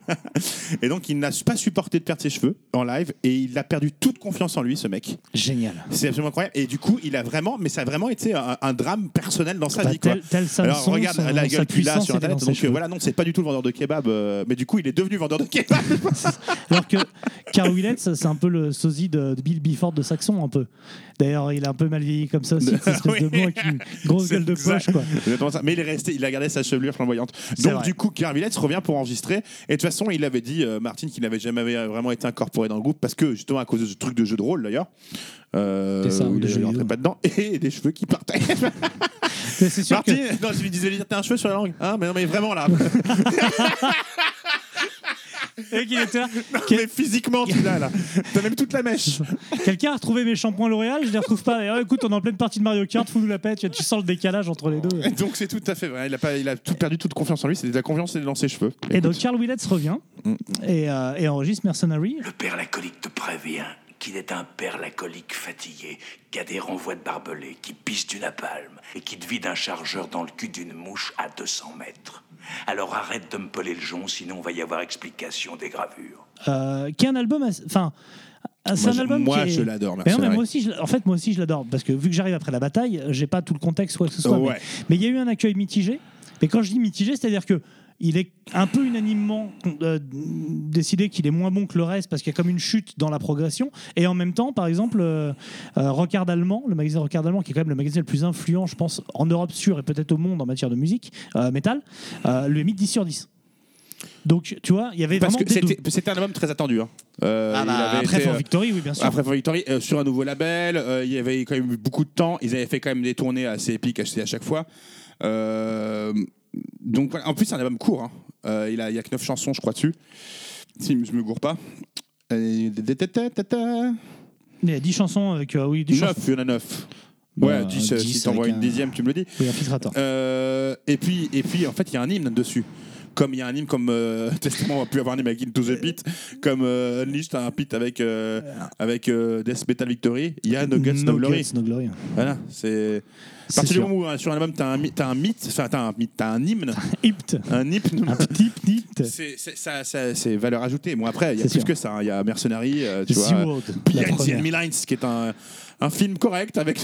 Et donc il n'a pas supporté de perdre ses cheveux en live et il a perdu toute confiance en lui, ce mec. Génial. C'est absolument incroyable. Et du coup, il a vraiment, mais ça a vraiment été un, un drame personnel dans sa Bah, vie. Quoi. tel, tel Samson, Alors regarde son- la sa gueule qu'il a puissance sur était dans internet. ses Donc euh, cheveux. voilà, non, c'est pas du tout le vendeur de kebab, euh, mais du coup, il est devenu vendeur de kebab. Alors que Carl Willets, c'est un peu le sosie de, de Bill Bifford de Saxon, un peu. D'ailleurs, il a un peu mal vieilli comme ça aussi, cette espèce de Oui. blond avec une grosse C'est gueule de exact. poche, quoi. Exactement ça. Mais il est resté, il a gardé sa chevelure flamboyante. C'est Donc vrai. du coup, Carl Willets revient pour enregistrer. Et de toute façon, il avait dit, euh, Martin, qu'il n'avait jamais vraiment été incorporé dans le groupe parce que justement à cause de ce truc de jeu de rôle d'ailleurs. Euh, C'est ça, où ou de il jeux ne rentrait vidéo. pas dedans et des cheveux qui partaient. Mais c'est sûr Martin, que non, je lui disais, t'as un cheveu sur la langue. Hein, mais non, mais vraiment là. et qu'il était là. Non, Quel- mais physiquement, tu l'as là. T'as même toute la mèche. Quelqu'un a retrouvé mes shampoings L'Oréal, je les retrouve pas. Et, oh, écoute, on est en pleine partie de Mario Kart, fous-nous la pète, tu sens le décalage entre les deux. Et donc c'est tout à fait vrai. Il a, pas, il a tout perdu toute confiance en lui. C'était de la confiance dans ses cheveux. Et donc Écoute. Carl Willets revient Mm. et, euh, et enregistre Mercenary. Le père lacolique te prévient qu'il est un père lacolique fatigué, qui a des renvois de barbelés, qui pisse du napalm et qui te vide un chargeur dans le cul d'une mouche à deux cents mètres. Alors arrête de me peler le jonc, sinon on va y avoir explication des gravures. Euh, qui est un album assez- enfin c'est Moi, un je- album moi, qui est... je l'adore, Mais non, mais Mercenary. moi aussi je... en fait moi aussi je l'adore parce que vu que j'arrive après la bataille j'ai pas tout le contexte quoi que ce soit Ouais. mais mais il y a eu un accueil mitigé, mais quand je dis mitigé c'est à dire que il est un peu unanimement euh, décidé qu'il est moins bon que le reste parce qu'il y a comme une chute dans la progression. Et en même temps, par exemple, euh, euh, Rockard Allemand, le magazine Rockard Allemand, qui est quand même le magazine le plus influent, je pense, en Europe sûre et peut-être au monde en matière de musique, euh, métal, euh, lui a mis dix sur dix. Donc, tu vois, il y avait Parce vraiment que des c'était, doutes. c'était un album très attendu. Hein. Euh, Ah il bah, avait après été, For euh, Victory, oui, bien sûr. Après For Victory, euh, sur un nouveau label, euh, il y avait quand même eu beaucoup de temps. Ils avaient fait quand même des tournées assez épiques à, à chaque fois. Euh, donc voilà. En plus, c'est un album court. Hein. Euh, il, a, il y a que neuf chansons, je crois, dessus. Si je me gourre pas. Euh, Il y a dix chansons avec. Euh, oui, dix neuf, chansons. il y en a neuf. Bah, Ouais, dix, euh, dix si t'envoies avec une un- dixième, tu me le dis. Oui, un filtrateur. Euh, et, puis, et puis, en fait, il y a un hymne dessus. comme il y a un hymne comme euh, Testament va plus avoir un hymne avec Into the Pit, comme euh, Unleashed a un pit avec euh, avec euh, Death Metal Victory, il y a No Guts No, No Glory. Guts, No Glory. Voilà, c'est à C'est partir du sûr. moment où hein, sur un album t'as un my- t'as un mythe, enfin t'as un mythe, t'as un hymne, Hipt. un hymne. Un petit hymne. C'est, c'est, ça, ça, c'est valeur ajoutée. Bon, après, il y a C'est plus sûr. que ça. hein. Il y a Mercenary, euh, tu The vois. World, la Behind the première. Enemy Lines, qui est un, un film correct avec,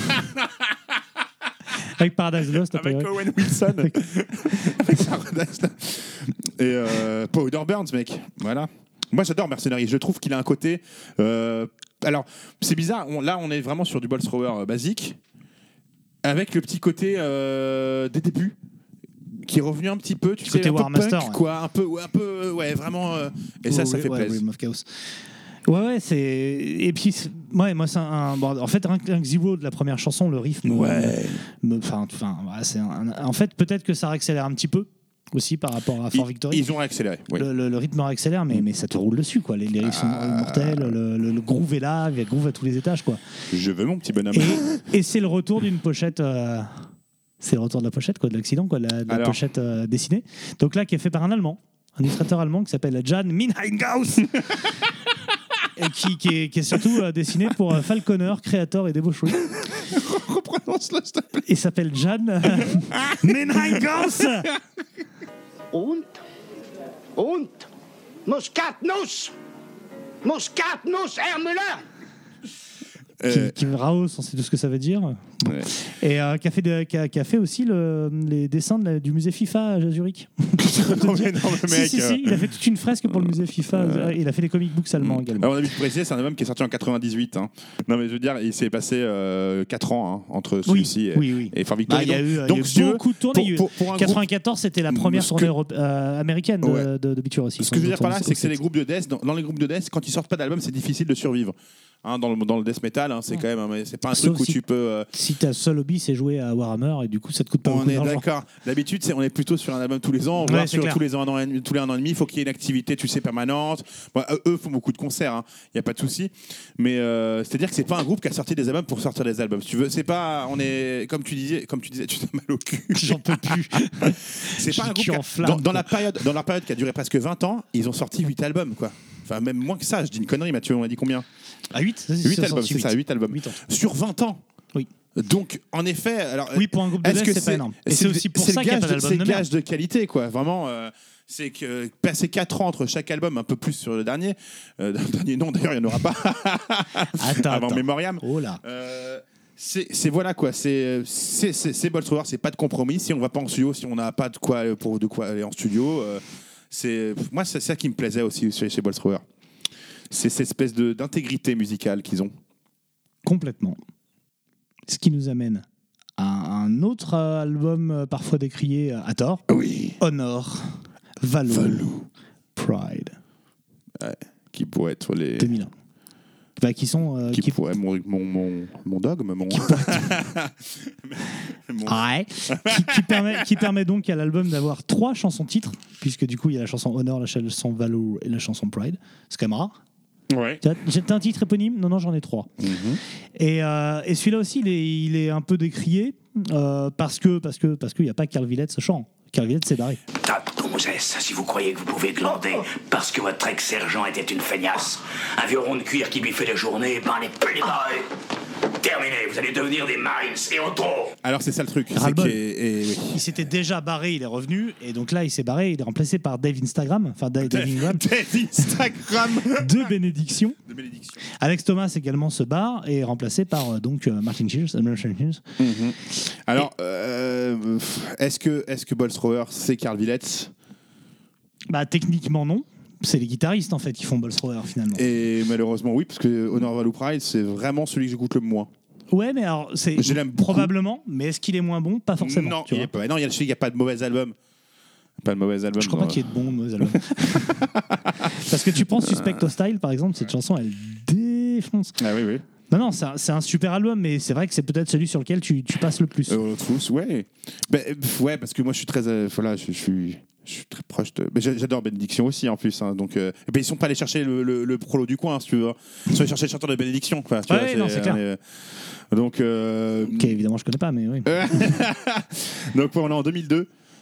Avec Paradise Lost, avec après, ouais. Owen Wilson. avec Paradise. Et euh, Powder Burns, mec. Voilà. Moi, j'adore Mercenary. Je trouve qu'il a un côté. euh, alors, c'est bizarre. On- là, on est vraiment sur du ball thrower euh, basique. Avec le petit côté euh, des débuts. Qui est revenu un petit peu, tu Du sais, côté un peu War Master, punk, ouais. quoi, un peu, ouais, un peu, ouais, vraiment. euh, et ça, ça Ouais, fait ouais, plaisir. Realm of Chaos. Ouais, ouais, c'est. Et puis, c'est- ouais, moi, c'est un. Bon, en fait, rien que rien que Zero de la première chanson, le riff. me- Ouais. me- Enfin, enfin, voilà, c'est un- en fait, peut-être que ça accélère un petit peu aussi par rapport à Fort Ils, Victory. ils ont accéléré. Oui. Le, le- le rythme accélère, mais, mais ça te roule dessus, quoi. Les lyrics sont Ah. mortels, le, le, le groove est là, il y a groove à tous les étages, quoi. Je veux mon petit bonhomme. Et, et c'est le retour d'une pochette. euh, C'est le retour de la pochette, quoi, de l'accident, quoi, de la, de la Alors. pochette euh, dessinée. Donc là, qui est fait par un Allemand, un illustrateur allemand qui s'appelle Jan Minheinghaus. Et qui, qui, est, qui est surtout euh, dessiné pour euh, Falconer, Creator et Debauchery. Reprenons-le, s'il te plaît. Il s'appelle Jan euh, Minheinghaus. Und? Und? Muskatnuss! Muskatnuss, Herr Müller! Euh, Qui, qui Raos, on sait tout ce que ça veut dire. ouais. Et euh, qui, a fait de- qui, a, qui a fait aussi le- les dessins de la- du musée FIFA à Zurich. Non, mais non, mais Si, mec, si, euh, si, il a fait toute une fresque pour le musée FIFA. Il a fait les comic books allemands également. Alors, on a vu de préciser, c'est un album qui est sorti en quatre-vingt-dix-huit. hein. Non, mais je veux dire, il s'est passé euh, quatre ans hein, entre Oui, celui-ci et, oui, oui. et Fort Bah, Victory. il y a donc- eu, euh, donc, il y a si tu eu veux, beaucoup de tournées. pour- Il y a eu- pour- pour un groupe- quatre-vingt-quatorze, c'était la première Ce tournée que- europe- euh, américaine de, Ouais. de, de Biture aussi. Ce que je veux dire par là, c'est que c'est les groupes de death. Dans, dans les groupes de death, quand ils sortent pas d'album, c'est difficile de survivre. Hein, dans, le, dans le death metal, hein, c'est quand même, un- c'est pas un Sauf truc où si- tu peux. euh, Si ta seul hobby, c'est jouer à Warhammer, et du coup, ça te coûte pas on beaucoup est d'argent. d'accord. D'habitude, c'est, on est plutôt sur un album tous les ans, Ouais, voire c'est sur clair. tous les ans, un an et demi- tous les un an et demi. Il faut qu'il y ait une activité, tu sais, permanente. Bon, euh, eux font beaucoup de concerts, il n'y a pas de souci. Mais euh, c'est-à-dire que c'est pas un groupe qui a sorti des albums pour sortir des albums. Si tu veux, c'est pas. On est comme tu disais, comme tu disais, tu t'as mal au cul. J'en peux plus. C'est J'ai pas un le groupe cul qui a- en flamme, dans, dans quoi. la période, dans leur période qui a duré presque vingt ans, ils ont sorti huit albums, quoi. Enfin, même moins que ça. Je dis une connerie, Mathieu. On a dit combien? À huit huit albums, c'est ça, huit albums. huit ans. Sur vingt ans. Oui. Donc, en effet, alors. Oui, pour un groupe de est-ce death, que c'est pas énorme. Et c'est le- aussi pour c'est ça le qu'il n'y a gage pas de- d'album C'est de le merde. gage de qualité, quoi. Vraiment, euh, c'est que passer quatre ans entre chaque album, un peu plus sur le dernier. Euh, le dernier, non, d'ailleurs, il n'y en aura pas. Attends, Avant attends. Memoriam. Oh là. Euh, c'est c'est- voilà quoi, c'est c'est c'est c'est Bolt Thrower, c'est pas de compromis. Si on va pas en studio, si on n'a pas de quoi pour de quoi aller en studio, euh, c'est moi c'est ça qui me plaisait aussi chez, chez Bolt Thrower. C'est cette espèce de d'intégrité musicale qu'ils ont. Complètement. Ce qui nous amène à un autre euh, album euh, parfois décrié euh, à tort. Oui. Honor, Valor, Valou. Pride, Qui pourrait être les deux mille un. Enfin, qui sont... euh, qui, qui- pourrait mon mon mon, mon dogme mon, Mon- Ouais. qui, qui permet, qui permet donc à l'album d'avoir trois chansons titres, puisque du coup il y a la chanson Honor, la chanson Valor et la chanson Pride. C'est quand même rare. Ouais. T'as t'as un titre éponyme? Non, non, j'en ai trois. Mhm. Et, euh, et celui-là aussi, il est, il est un peu décrié euh, parce que parce que parce qu'il n'y a pas Carl Willett ce chant. Carl Willett s'est barré. Tas de gonzesses, si vous croyez que vous pouvez glander parce que votre ex-sergent était une feignasse. Un vieux rond de cuir qui biffait les journées, ben les playboys. Terminé, vous allez devenir des Marines et en trop. Alors c'est ça le truc, c'est Ras-le-bol. que et, oui. Il s'était déjà barré, il est revenu, et donc là il s'est barré, il est remplacé par Dave Instagram, enfin Dave, Dave Ingram, Dave Instagram de Bénédiction. de bénédiction. Alex Thomas également se barre et est remplacé par euh, donc euh, Martin Shears. euh, Martin Shears. Alors, euh, est-ce que, est-ce que Bolt Thrower, c'est Carl Willett? Bah techniquement non, c'est les guitaristes en fait qui font Bolt Thrower finalement. Et malheureusement, oui, parce que Honor Valor Pride, c'est vraiment celui que j'écoute le moins. Ouais, mais alors c'est Je l'aime beaucoup. probablement, mais est-ce qu'il est moins bon? Pas forcément. Non, tu il vois. est pas, non, il y a, il y a pas de mauvais album. Pas de mauvais album. Je crois dans- pas qu'il y ait de bons ou de mauvais albums. Parce que tu prends Suspect Hostile par exemple, cette chanson elle défonce. Ah oui, oui. Non, non, c'est un, c'est un super album, mais c'est vrai que c'est peut-être celui sur lequel tu, tu passes le plus. Euh, Truth, ouais. Ben, pff, ouais, parce que moi, je suis très, euh, voilà, je, je suis, je suis très proche de. Mais j'a- j'adore Bénédiction aussi, en plus. Hein, donc, euh, et ben, ils sont pas allés chercher le, le, le prolo du coin, si tu veux. Ils sont allés chercher le chanteur de Bénédiction. Quoi, tu Ouais, non, c'est clair. on est- donc, euh, Ok, évidemment, je connais pas, mais oui. donc, on est en deux mille deux.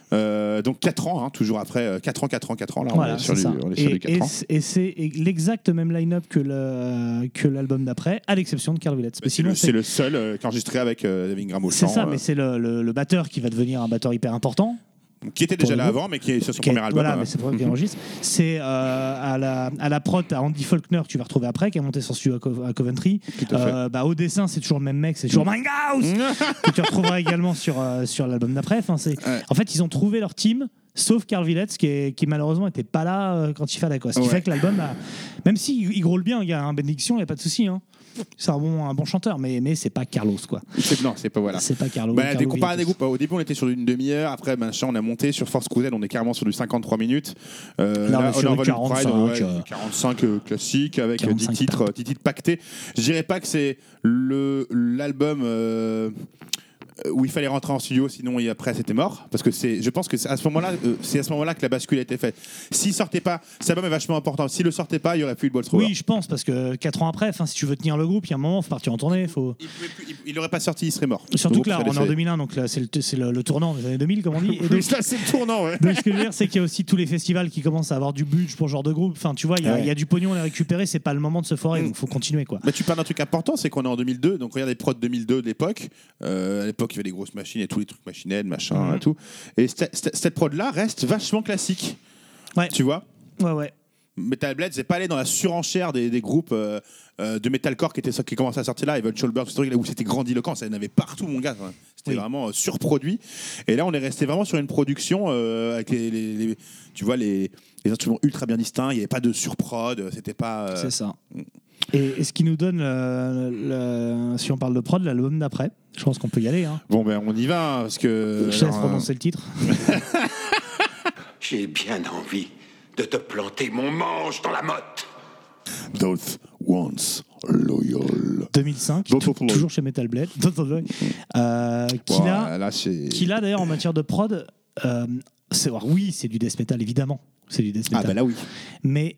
Euh, donc quatre ans, hein, toujours après, euh, quatre ans, quatre ans, quatre ans, là, Voilà, on est sur, c'est du, ça. on est sur Et, du quatre et ans. c- et c'est l'exact même line-up que, le, que l'album d'après, à l'exception de Carl Willets. Mais C'est sinon, le, c'est c'est le seul euh, qui est enregistré avec euh, David Ingram au c'est chant, ça, euh, mais c'est le, le, le batteur qui va devenir un batteur hyper important. qui était pour déjà le là groupe. avant, mais qui est sur son Qui est- premier album. Voilà, euh, mais c'est pour ça qu'il enregistre. C'est euh, à, la, à la prod, à Andy Faulkner, que tu vas retrouver après, qui a monté son studio à, Co- à Coventry. Tout à fait. Euh, bah, au dessin, c'est toujours le même mec, c'est toujours Manghouse que tu retrouveras également sur, euh, sur l'album d'après. Enfin, c'est... Ouais. En fait, ils ont trouvé leur team, sauf Carl Willets, qui, est, qui malheureusement n'était pas là euh, quand il fallait. Quoi. Ce qui Ouais. fait que l'album, bah, même s'il il grôle bien, il y a un bénédiction, il n'y a pas de souci. Hein. C'est un bon, un bon chanteur, mais, mais c'est pas Carlos. Quoi. c'est- non, c'est pas voilà. C'est pas Carlos. Bah, Carlo des comparés à des Villegas. groupes, au début on était sur une demi-heure, après machin, on a monté sur Force Crusade, on est carrément sur du cinquante-trois minutes. Euh, Là, on est sur en du Volume quarante-cinq, Pride, ouais, euh. quarante-cinq euh, classique avec euh, dix quarante-cinq titres, euh, dix titres pactés. Je dirais pas que c'est le l'album euh, où il fallait rentrer en studio, sinon et après c'était mort, parce que c'est, je pense que c'est à ce moment-là, euh, c'est à ce moment-là que la bascule a été faite. S'il sortait pas, cet album est vachement important. S'il le sortait pas, il y aurait plus eu de Balls Thrower. Oui, je pense, parce que quatre ans après, si tu veux tenir le groupe, il y a un moment, il faut partir en tournée. Faut... Il, pouvait plus- il- il aurait pas sorti, il serait mort. Surtout Le que là, groupe on est serait en deux mille un, donc là, c'est, le, c'est le, le tournant des années deux mille, comme on dit. Et donc, laissé. Là, c'est le tournant, ouais. donc, ce que je veux dire, c'est qu'il y a aussi tous les festivals qui commencent à avoir du budget pour ce genre de groupe. Enfin, tu vois, il y, a- Ouais. il y a du pognon à les récupérer, c'est pas le moment de se foirer, donc faut continuer, quoi. Mais tu parles d'un truc important, c'est qu'on est en deux mille deux, donc regarde les prods deux mille deux de l'époque. Euh, à l'époque, il y avait des grosses machines et tous les trucs machinels, machin, Mhm. et tout. Et cette, cette- cette prod-là reste vachement classique. Ouais. Tu vois, Ouais, ouais. Metal Blade, c'est pas allé dans la surenchère des, des groupes euh, euh, de metalcore qui, étaient, qui commençaient à sortir là, Eventual Bird, ce truc là où c'était grandiloquent, ça en avait partout, mon gars. Enfin, c'était Oui. vraiment euh, surproduit. Et là, on est resté vraiment sur une production euh, avec les, les- les- tu vois, les, les instruments ultra bien distincts. Il n'y avait pas de surprod, c'était pas. euh, C'est ça. Et, et ce qui nous donne, le- le- si on parle de prod, l'album d'après, je pense qu'on peut y aller. Hein. Bon, ben on y va, hein, parce que. Je te laisse alors, euh, prononcer le titre. J'ai bien envie de te planter mon manche dans la motte. Those once loyal. deux mille cinq, Don't tou- Don't Lie. toujours chez Metal Blade. Don't Don't Lie. Euh, qui Ouais, a- là, c'est. qui là d'ailleurs en matière de prod, euh, c'est, alors, oui, c'est du death metal évidemment, c'est du death Ah, metal. bah là, oui. Mais,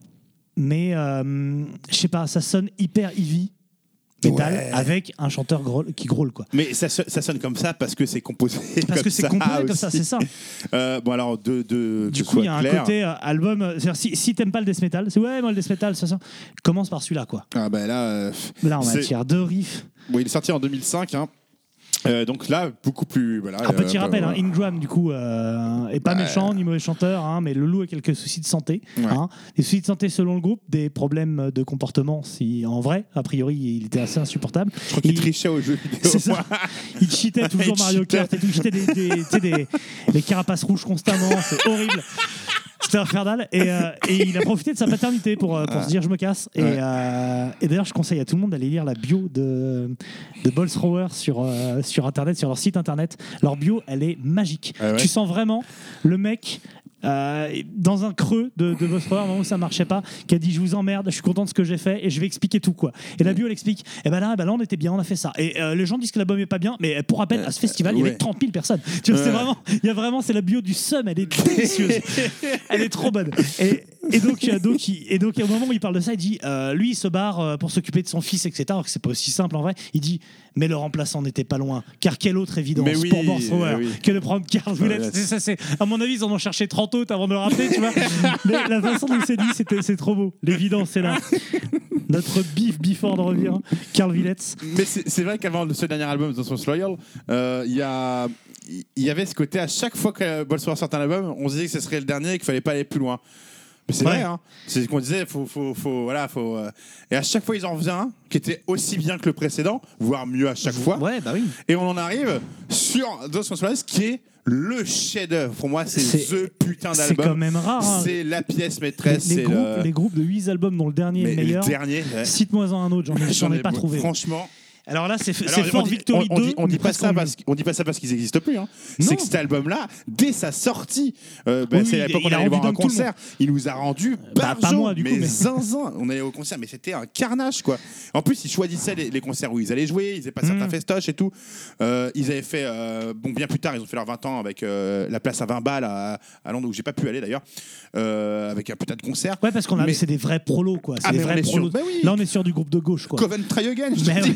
mais euh, je sais pas, ça sonne hyper heavy metal Ouais. avec un chanteur grôle- qui grôle quoi. Mais ça, so- ça sonne comme ça parce que c'est composé Parce comme que c'est ça composé comme ça, aussi. c'est ça. Euh, bon, alors, de. de Du que coup, il y soit a un clair. côté euh, album. euh, c'est-à-dire, si, si t'aimes pas le death metal, c'est ouais, moi le death metal, ça, ça. Commence par celui-là quoi. Ah, bah là. euh, Là, en c'est- matière de riff. Bon, il est sorti en deux mille cinq, hein. Euh, donc là, beaucoup plus. Voilà, Un petit euh, rappel, bah, hein, Ingram, du coup, euh, est pas Ouais. méchant ni mauvais chanteur, hein, mais le loup a quelques soucis de santé. Ouais. Hein. Des soucis de santé selon le groupe, des problèmes de comportement, si en vrai, a priori, il était assez insupportable. Je crois qu'il Il- trichait aux jeux vidéo. C'est ça. Il cheatait toujours Il Mario cheatait. Kart et tout. Il cheatait des, des, tu sais, des, des carapaces rouges constamment. C'est horrible. C'était infernal. Et, euh, et il a profité de sa paternité pour, euh, pour se dire je me casse. Et, Ouais. euh, et d'ailleurs, je conseille à tout le monde d'aller lire la bio de, de Balls Thrower sur, euh, sur Internet, sur leur site Internet. Leur bio, elle est magique. Ah ouais. Tu sens vraiment le mec. Euh, dans un creux de, de Balls Thrower, un moment où ça marchait pas, qui a dit je vous emmerde, je suis content de ce que j'ai fait et je vais expliquer tout quoi. Et la bio elle explique et ben là, ben là on était bien, on a fait ça. Et euh, les gens disent que l'album est pas bien, mais pour rappel à ce festival il y ouais. avait trente mille personnes. Tu vois, c'est Ouais. vraiment, il y a vraiment, c'est la bio du seum, elle est délicieuse, elle est trop bonne. Et, et donc, euh, donc, il, et donc au moment où il parle de ça, il dit euh, lui il se barre euh, pour s'occuper de son fils, et cetera. Alors que c'est pas aussi simple en vrai. Il dit mais le remplaçant n'était pas loin, car quelle autre évidence Mais oui, pour Balls Thrower oui. que de prendre Carl Willets. Ouais, C'est ça, c'est à mon avis ils en ont cherché trente autres avant de le rappeler, tu vois. Mais la façon dont il s'est dit, c'était, c'est trop beau. L'évidence, c'est là. Notre bif before de revient, Carl Willets. Mais c'est c'est vrai qu'avant ce dernier album, The Source Loyal, euh, il y, a- il y avait ce côté, à chaque fois que Balls Thrower sort un album, on se disait que ce serait le dernier et qu'il fallait pas aller plus loin. Mais c'est Ouais. vrai, hein. C'est ce qu'on disait, faut, faut, faut, voilà, faut, euh, et à chaque fois, ils en faisaient un qui était aussi bien que le précédent, voire mieux à chaque fois. Ouais, bah oui. Et on en arrive sur The Source Loyal, qui est le chef-d'œuvre. Pour moi, c'est C'est- the putain C'est d'album. quand même rare. Hein. C'est la pièce Les, maîtresse. les c'est groupes, le... les groupes de huit albums dont le dernier Mais est le meilleur. le dernier, ouais. Cite-moi-en un autre, j'en ai, j'en ai pas trouvé. Franchement. Alors là, c'est, c'est Alors, Fort on dit- Victory on, on deux. dit, on dit mais pas presque ça en parce, on dit pas ça parce qu'ils n'existent plus. Hein. Non. C'est que cet album-là, dès sa sortie, euh, bah, Oui, c'est il- à l'époque où il on a allait voir rendu un dingue tout le concert, il nous a rendu Bah, pas barjo, moi, du coup, mais, mais- zinzin. On allait au concert, mais c'était un carnage, quoi. En plus, ils choisissaient les, les concerts où ils allaient jouer, ils faisaient pas certains Mm. festoches et tout. Euh, ils avaient fait, euh, bon, bien plus tard, ils ont fait leurs vingt ans avec euh, la place à vingt balles à, à Londres, où j'ai pas pu aller d'ailleurs, euh, avec un putain de concert. Ouais, parce qu'on a, Mais- c'est des vrais prolos, quoi. C'est Ah, des mais on vrais est sur- prolos. bah oui. Là, on est sur du groupe de gauche, quoi. Coven Try Again, je Mais te dis. ouais,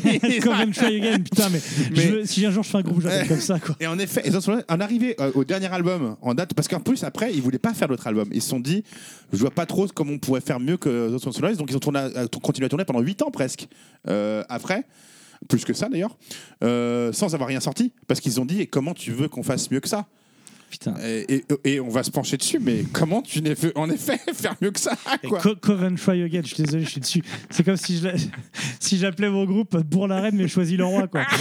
Coven Try Again, putain, mais, Mais- je veux- si un jour je fais un groupe, j'appelle comme ça, quoi. Et en effet, ils sont en arrivé euh, au dernier album en date, parce qu'en plus après, ils voulaient pas faire d'autres albums. Ils se sont dit, je vois pas trop comment on pourrait faire mieux que The Soloists, donc ils ont tourné, à- continué à tourner pendant huit ans presque. Euh, après, plus que ça d'ailleurs, euh, sans avoir rien sorti, parce qu'ils ont dit, et comment tu veux qu'on fasse mieux que ça? Putain. Et, et- et on va se pencher dessus, mais comment tu n'es fait, en effet faire mieux que ça, Et quoi? Co- Coven Try Again, je suis désolé, je suis dessus. C'est comme si je l'a- si j'appelais mon groupe Bourg la Reine mais choisis le roi, quoi.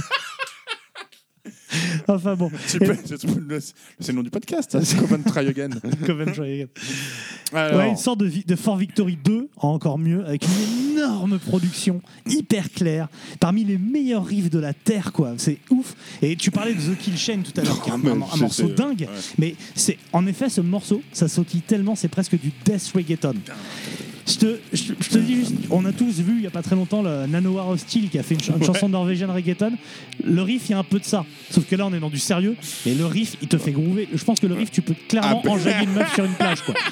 Enfin bon. Tu peux- c'est le, c'est le nom du podcast, ça, c'est Coven Try Again. Coven Try Again. Alors, Ouais, une sorte de, vi- de Fort Victory deux, encore mieux, avec une énorme production, hyper claire, parmi les meilleurs riffs de la Terre, quoi. C'est ouf. Et tu parlais de The Kill Chain tout à l'heure, qui est un, Mais un- un c'est- morceau c'est- dingue, ouais. mais c'est en effet ce morceau, ça sautille tellement, c'est presque du death reggaeton. Je te, je, je te dis juste, on a tous vu il y a pas très longtemps le Nanowar of Steel qui a fait une, ch- une chanson norvégienne reggaeton. Le riff, il y a un peu de ça. Sauf que là, on est dans du sérieux. Et le riff, il te fait groover. Je pense que le riff, tu peux clairement Ah ben. enjailler une meuf sur une plage, quoi.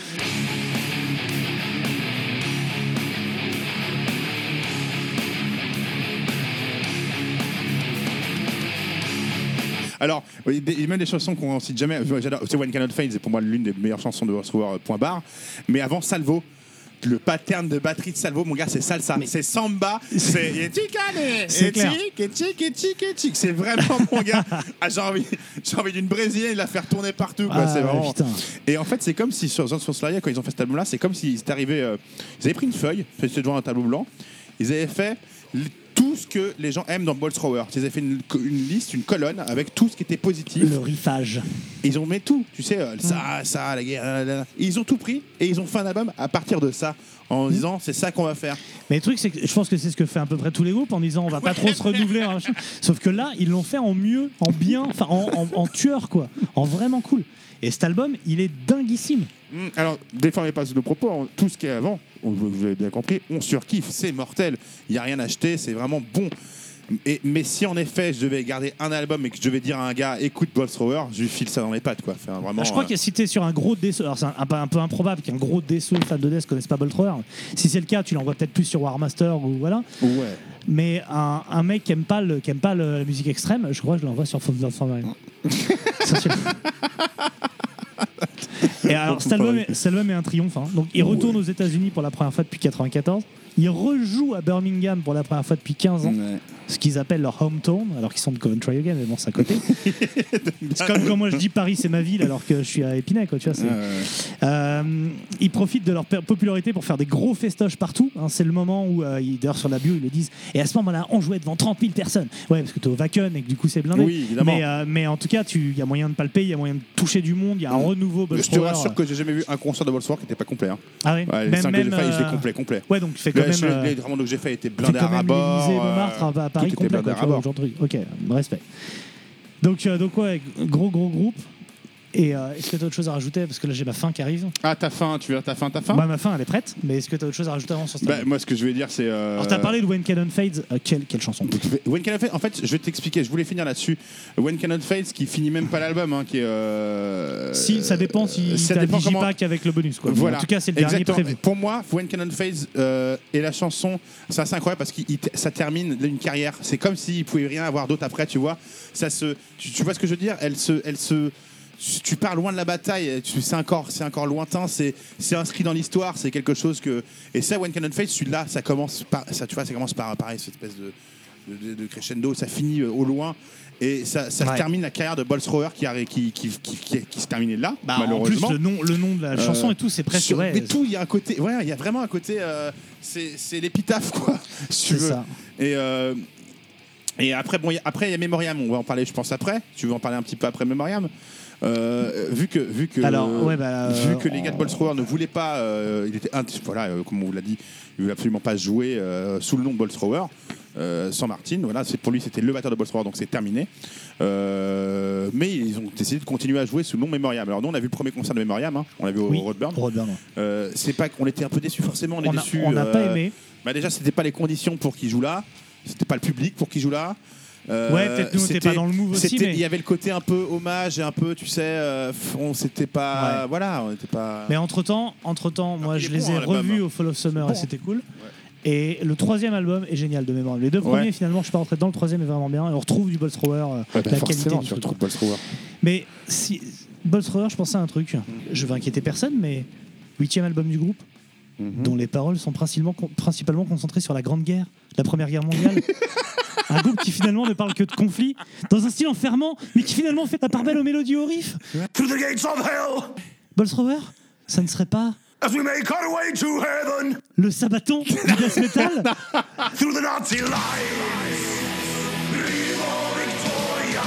Alors, oui, des- même des chansons qu'on cite jamais. Moi, j'adore. C'est When Cannot Fade, c'est pour moi l'une des meilleures chansons de Horse War, point barre. Mais avant Salvo, le pattern de batterie de Salvo, mon gars, c'est salsa. C'est samba. C'est C'est clair. C'est vraiment mon gars. Ah, j'ai envie, j'ai envie d'une brésilienne de la faire tourner partout. Quoi. Ah, c'est ouais, vraiment. putain. Et en fait, c'est comme si sur Zone Slayer, quand ils ont fait cet album-là, c'est comme s'ils étaient arrivés. euh, ils avaient pris une feuille, c'était devant un tableau blanc. Ils avaient fait l- tout ce que les gens aiment dans Ball Thrower. Ils avaient fait une, co- une liste, une colonne avec tout ce qui était positif. Le riffage. Et ils ont mis tout, tu sais, euh, ça, ça, la guerre. là, là, là. Ils ont tout pris et ils ont fait un album à partir de ça, en disant c'est ça qu'on va faire. Mais le truc, c'est que je pense que c'est ce que fait à peu près tous les groupes en disant on va pas trop se renouveler. Hein, machin. Sauf que là, ils l'ont fait en mieux, en bien, enfin en, en, en tueur, quoi. En vraiment cool. Et cet album, il est dinguissime. Hum, Alors, déformez pas nos propos, on- tout ce qui est avant, on- vous avez bien compris, on surkiffe, c'est mortel. Il n'y a rien à acheter, c'est vraiment bon. Et, mais si en effet je devais garder un album et que je devais dire à un gars écoute Ball Thrower, je lui file ça dans les pattes, quoi. Enfin, vraiment, Alors, je crois euh, qu'il y a cité sur un gros déceau. Alors c'est un, un, peu- un peu improbable qu'un gros déceau fan de Death connaisse pas Bolt Thrower. Si c'est le cas, tu l'envoies peut-être plus sur War Master ou voilà. ouais. Mais un, un mec qui aime pas, le, qui aime pas le- la musique extrême, je crois que je l'envoie sur Fox of Fire. Et alors, cet album, est, cet album est un triomphe. Hein. Donc, il retourne aux États-Unis pour la première fois depuis quatre-vingt-quatorze. Il rejoue à Birmingham pour la première fois depuis quinze ans, Ouais. ce qu'ils appellent leur hometown, alors qu'ils sont de Coventry Again, mais bon, c'est à côté. C'est comme quand moi je dis Paris, c'est ma ville, alors que je suis à Épinay, quoi. Tu vois, c'est- Ouais. Euh, ils profitent de leur per- popularité pour faire des gros festoches partout. Hein. C'est le moment où, euh, ils- d'ailleurs, sur la bio, ils le disent. Et à ce moment-là, on jouait devant trente mille personnes. Ouais, parce que t'es au Wacken et que du coup, c'est blindé. Oui, évidemment. Mais, euh, mais en tout cas, il y a moyen de palper, il y a moyen de toucher du monde, il y a un renouveau. Bolt Je te Thrower. rassure que j'ai jamais vu un concert de Ball Thrower qui n'était pas complet. Hein. Ah ouais, Ouais, les même, cinq que même, j'ai fait, ils étaient euh, complets, complets. Ouais, donc tu fais quand Les, même. les, euh, les vraiment que j'ai fait étaient tu fais blindés à quand même rabord. l'Élysée, euh, Montmartre, à- à Paris tout était complet, blindé quoi, à tu vois, rabord. genre de truc. Ok, respect. Donc, euh, donc ouais, gros gros groupe. Et euh, est-ce que tu as autre chose à rajouter? Parce que là, j'ai ma fin qui arrive. Ah, ta fin, tu veux ta fin, ta fin Bah, ma fin, elle est prête. Mais est-ce que tu as autre chose à rajouter avant sur ça? Bah, moi, ce que je vais dire, c'est. euh, Alors, t'as parlé de When Cannon Fades. Euh, quelle, quelle chanson? When Cannon Fades, en fait, je vais t'expliquer, je voulais finir là-dessus. When Cannon Fades, qui finit même pas l'album, hein, qui est. euh, Si, ça dépend si ça t'as dépend comment- Digipack avec le bonus. Quoi. Voilà. En tout cas, c'est le dernier Exactement. prévu. Pour moi, When Cannon Fades euh, et la chanson, c'est assez incroyable parce que ça termine une carrière. C'est comme s'il pouvait rien avoir d'autre après, tu vois. Ça se, tu, tu vois ce que je veux dire? Elle se, elle se. Tu pars loin de la bataille, tu- c'est encore, c'est encore lointain, c'est, c'est inscrit dans l'histoire, c'est quelque chose que. Et ça, When Cannon Fades, celui-là, ça commence par, ça, tu vois, ça commence par pareil, cette espèce de, de, de crescendo, ça finit euh, au loin. Et ça, ça Ouais. termine la carrière de Bolt Thrower qui, a- qui, qui, qui, qui, qui se terminait là, Bah, en plus, malheureusement. le nom, le nom de la Euh, chanson et tout, c'est presque. Sur- Ouais, mais tout, il y a un côté. Ouais, il y a vraiment un côté. euh, c'est, c'est l'épitaphe, quoi. Si tu c'est veux. ça. Et, euh, et après, bon, il y a- après, il y a Memoriam. On va en parler, je pense, après. Tu veux en parler un petit peu après Memoriam? Euh, vu que vu que Alors, ouais, bah, vu euh, que les gars de Bolt Thrower ne voulaient pas, euh, il était int- voilà, euh, comme on vous l'a dit, il voulait absolument pas jouer euh, sous le nom de Bolt Thrower. Euh, sans Martin, voilà, c'est pour lui c'était le batteur de Bolt Thrower, donc c'est terminé. Euh, mais ils ont décidé de continuer à jouer sous le nom Memoriam. Alors nous on a vu le premier concert de Memoriam, hein, on l'a vu au Oui, Roadburn. Roadburn, ouais. Euh, c'est pas qu'on était un peu déçus forcément, on est On a- déçus. on n'a pas euh, aimé. Bah déjà c'était pas les conditions pour qu'il joue là, c'était pas le public pour qu'il joue là. Euh, Ouais, peut-être nous, on était c'était- pas dans le move aussi, c'était- mais- Il y avait le côté un peu hommage et un peu, tu sais, euh, on s'était pas, Ouais. voilà, on n'était pas. Mais entre temps, entre temps, moi il je est les bon, ai hein, l'album, revus hein. au Fall of Summer C'est et bon, c'était cool. Et le troisième album est génial de mémoire. Les deux premiers, Ouais. finalement, je suis pas rentré dedans. Le troisième est vraiment bien. Et on retrouve du Bolt Thrower, euh, Ouais, bah, la qualité forcément, du tu truc. retrouves Bolt Thrower. Mais si, Bolt Thrower, je pensais à un truc. Je veux inquiéter personne, mais huitième album du groupe, Mhm. dont les paroles sont principalement, principalement concentrées sur la Grande Guerre, la Première Guerre mondiale. Un groupe qui finalement ne parle que de conflits, dans un style enfermant, mais qui finalement fait la part belle aux mélodies au riff. Through the gates of hell, Bolt Thrower, ça ne serait pas as we make our way to heaven, le Sabaton du death metal? through the Nazi lines. Viva Victoria!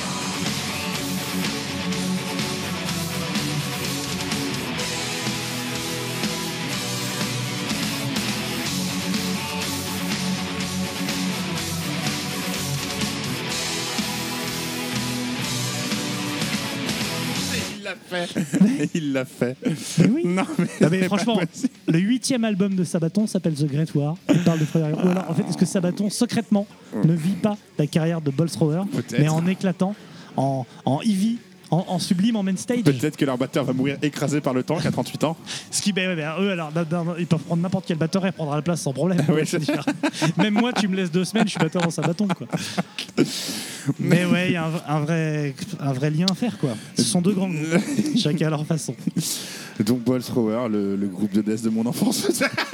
Il l'a fait. Il l'a fait. Mais oui. Non, mais, Ah mais c'est franchement, pas possible. le huitième album de Sabaton s'appelle The Great War. Il parle de Première Guerre. Ou alors, en fait, est-ce que Sabaton, secrètement, ne vit pas la carrière de Bolt Thrower, Peut-être. mais en éclatant, en, en Eevee, en, en sublime, en main stage? Peut-être que leur batteur va mourir écrasé par le tank à trente-huit ans. Ce qui, ben, ben, eux, alors, d'un- d'un- ils peuvent prendre n'importe quel batteur et prendra la place sans problème. Ouais, Je veux dire. Même moi, tu me laisses deux semaines, je suis batteur dans Sabaton, quoi. Mais ouais, il y a un, un vrai, un vrai lien à faire, quoi. Ce sont deux grands groupes, chacun à leur façon. Donc Bolt Thrower, le, le groupe de death de mon enfance.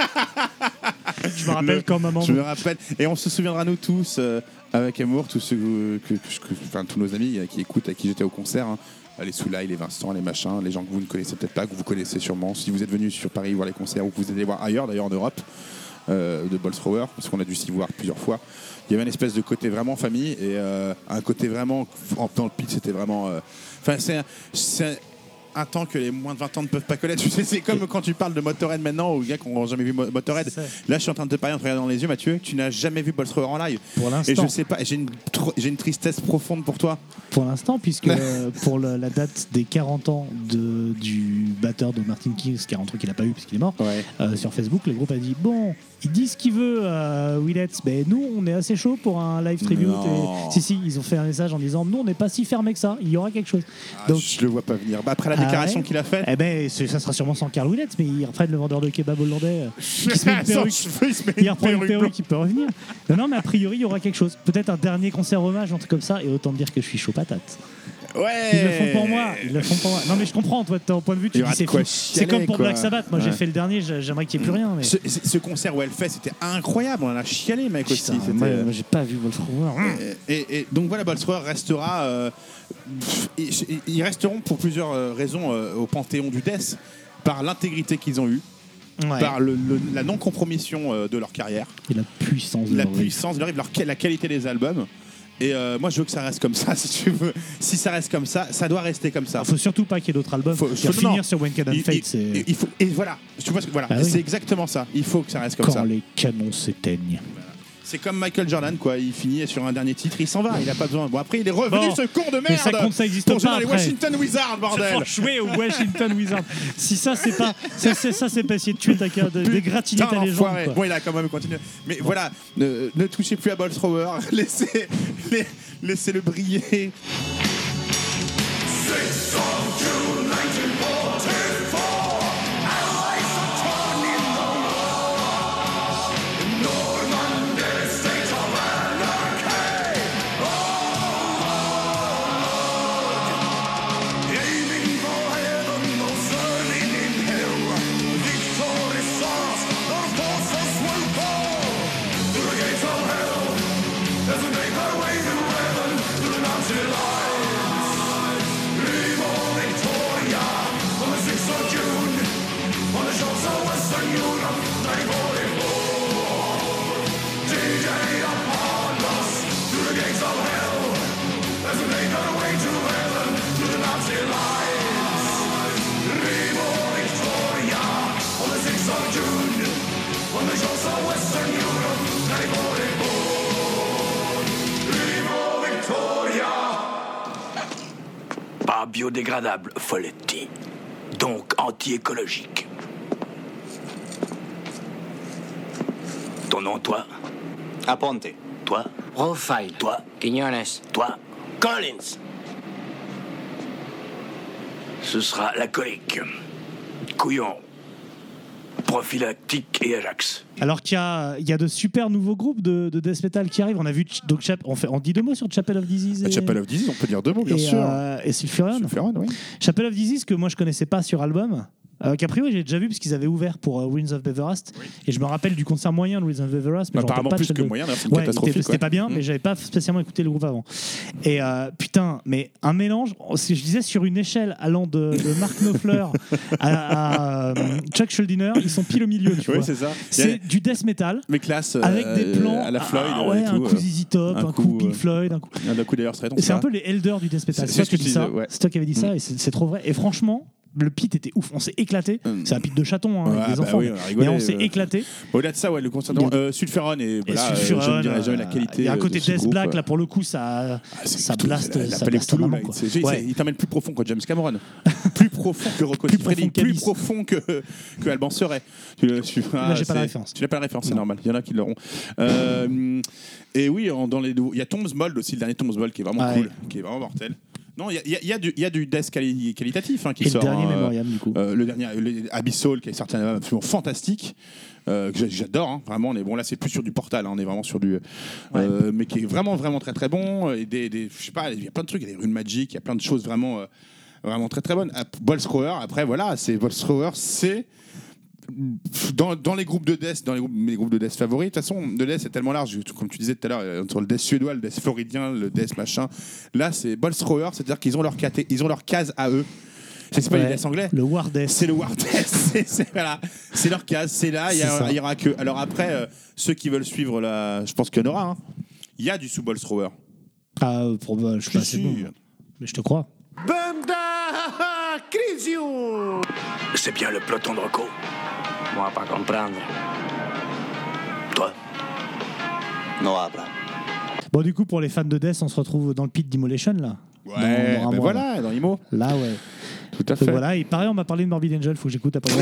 Je me rappelle Le- quand maman. Je me rappelle. Et on se souviendra, nous tous, euh, avec amour, tous ceux que, que- que- enfin, tous nos amis euh, qui écoutent, à qui j'étais au concert, hein. Les Soulaï, les Vincent, les machins, les gens que vous ne connaissez peut-être pas, que vous connaissez sûrement. Si vous êtes venus sur Paris voir les concerts ou que vous êtes allés voir ailleurs, d'ailleurs en Europe, euh, de Bolt Thrower, parce qu'on a dû s'y voir plusieurs fois. Il y avait une espèce de côté vraiment famille et euh, un côté vraiment, en- dans le pitch, c'était vraiment. euh, Enfin, c'est un- c'est un temps que les moins de vingt ans ne peuvent pas connaître. Tu sais, c'est comme quand tu parles de Motorhead maintenant aux gars qui n'ont jamais vu Mo- Motorhead. C'est ça. Là, je suis en train de te parler en te regardant dans les yeux, Mathieu. Tu n'as jamais vu Bolt Thrower en live. Pour Et l'instant. je sais pas, j'ai une, tro- j'ai une tristesse profonde pour toi. Pour l'instant, puisque euh, pour le- la date des quarante ans de, du batteur de Martin Kings, quarante ans qu'il n'a pas eu puisqu'il est mort, Ouais. euh, sur Facebook, le groupe a dit bon, il dit ce qu'il veut, euh, Willets, mais nous, on est assez chaud pour un live tribute. Non. Et... Si, si, ils ont fait un message en disant nous, on n'est pas si fermé que ça, il y aura quelque chose. Ah, Donc, je le vois pas venir. Bah, après la Ah déclaration ouais qu'il a faite. eh ben, c'est- ça sera sûrement sans Carl Willets, mais il reprenne le vendeur de kebab hollandais euh, qui se met une Sans perruque. cheveux, il se met Il une reprend une perruque perruque blanche. qui peut revenir. Non, non, mais a priori, il y aura quelque chose. Peut-être un dernier concert hommage, un truc comme ça, et autant dire que je suis chaud patate. Ouais. Ils le font pour moi, ils le font pour moi. Non mais je comprends, toi, de ton point de vue, Il y tu aura dis c'est de quoi fou. C'est chialer, comme pour quoi. Black Sabbath. Moi j'ai Ouais. fait le dernier, j'ai- j'aimerais qu'il n'y ait plus rien. Mais... Ce, ce concert où elle fait, c'était incroyable. On en a chialé, mec, aussi. Putain, C'était, moi, euh, moi, j'ai pas vu Wolf Rower. Et, et- et donc voilà, Bolt Thrower restera. euh, pff, ils, ils resteront pour plusieurs euh, raisons euh, au panthéon du death, par l'intégrité qu'ils ont eue, Ouais. par le- le- la non-compromission euh, de leur carrière, Et la puissance de la leur riff. puissance de leur riff, leur, la qualité des albums. Et euh, moi, je veux que ça reste comme ça. Si tu veux, si ça reste comme ça, ça doit rester comme ça. Il faut surtout pas qu'il y ait d'autres albums. Faut- Il faut faut- non, finir sur When Cannon Il- Fade, il- c'est il faut, et voilà, tu vois, ce que- voilà, Ah oui. c'est exactement ça. Il faut que ça reste comme quand ça. les canons s'éteignent. C'est comme Michael Jordan, quoi. Il finit sur un dernier titre, il s'en va. Il a pas besoin. Bon, après, il est revenu, Bon. ce con de merde. Mais ça compte, ça existe pour jouer pas dans les après. Washington Wizards, bordel. Pour jouer au Washington Wizards. Si ça c'est pas ça c'est ça c'est pas essayer de tuer ta car- de d'égratigner Putain, ta légende. l'enfoiré. quoi. Bon, il a quand même continué. Mais voilà, ne, ne touchez plus à Bolt Thrower. laissez, les- laissez-le briller. Pas biodégradable, Folletti. Donc anti-écologique. Ton nom, toi? Aponte. Toi? Profile. Toi? Quiñones. Toi? Collins. Ce sera la colique. Couillon. Prophylactique et Ajax. Alors qu'il y a, il y a de super nouveaux groupes de, de death metal qui arrivent. On a vu Ch- donc Chap- on, fait, on dit deux mots sur Chapel of Disease. Et, Chapel of Disease, on peut dire deux mots, bien et, sûr. euh, et Sulfuron. Sulfuron, oui. Chapel of Disease que moi je connaissais pas sur album. Euh, qu'a priori j'ai déjà vu parce qu'ils avaient ouvert pour euh, Winds of Beverast Oui. et je me rappelle du concert moyen de Winds of Beverast mais Bah, je me rappelle apparemment pas de plus celle que de- moyen, d'ailleurs, c'est une ouais, catastrophe. c'était, c'était pas bien Mmh. mais j'avais pas spécialement écouté le groupe avant et euh, putain mais un mélange si je disais sur une échelle allant de, de Mark Knopfler à, à, euh, Chuck Schuldiner ils sont pile au milieu tu Oui, vois c'est ça. c'est Il y a- du death metal Mais classe. avec euh, des plans à la Floyd. ah, euh, ouais, et un tout, coup euh, Z Z Top un un coup coup, Pink euh, Floyd un coup Un d'un coup d'ailleurs, c'est c'est un peu les elders du death metal C'est- c'est, c'est toi qui ce dis que ça je disais, ouais. c'est toi qui avais dit ça Mm. et c'est, c'est trop vrai et franchement le pit était ouf on s'est éclaté Mm. c'est un pit de chaton hein, Ouais, avec des bah enfants oui, on a rigolé, mais on s'est euh. éclaté Au-delà de ça, ouais, le concert Il y a- euh, Sulfuron et voilà, euh, Sulfuron, je ne dirais jamais la euh, qualité. il y a un euh, côté de ce Death groupe. Black là pour le coup ça Ah, c'est ça tout, blast c'est la- la ça palette blast à Toulouse, maman, là, quoi. c'est- c'est- Ouais. il t'emmène plus profond que James Cameron, plus profond que Rocco Plus Siffredi, profond plus qu'Abyss. profond que que Alban Serait. Tu, le- tu- ah, j'ai pas la c'est- référence. Tu n'as pas la référence, c'est Non. normal. Il y en a qui l'auront. Euh, et oui, en- dans les il y a Tom's Mold aussi, le dernier Tom's Mold qui est vraiment Ouais. cool, qui est vraiment mortel. Non, il y a- il y, a- il y a du il y a du death quali- qualitatif hein, qui et le sort. dernier hein, Memoriam du coup Euh, le dernier, le Abyssal, qui est sorti un album absolument fantastique, euh, que j'a- j'adore, hein, vraiment. On est, bon, là, c'est plus sur du Portal, hein, on est vraiment sur du. euh, mais qui est vraiment, vraiment très, très bon. Et des, des, je sais pas, il y a plein de trucs, il y a des runes magiques, il y a plein de choses vraiment, euh, vraiment très, très bonnes. Ah, Bolsthrower, après, voilà, c'est Bolsthrower, c'est. Dans, dans les groupes de death, dans les groupes, mes groupes de death favoris, de toute façon, le death c'est tellement large, comme tu disais tout à l'heure, euh, entre le death suédois, le death floridien, le death machin. Là, c'est Bolsthrower, c'est-à-dire qu'ils ont leur, caté, ils ont leur case à eux. C'est pas Ouais. les death anglais. le War Death C'est le War Death, c'est, c'est, voilà. C'est leur case, c'est là, il y, C'est a- ça. il y aura que. Alors après, euh, ceux qui veulent suivre la. Je pense qu'il y en aura, hein. Il y a du sous Bolsthrower. ah euh, pour bah, je suis pas assez Si. bon mais je te crois Banda Crisium. C'est bien le peloton de Rocco. Moi, pas comprendre. Toi, No habla. bon du coup pour les fans de Death on se retrouve dans le pit Demolition là Ouais, Dans- dans un ben mois, voilà, dans Imo. là ouais Tout à donc fait. voilà et pareil on m'a parlé de Morbid Angel faut que j'écoute après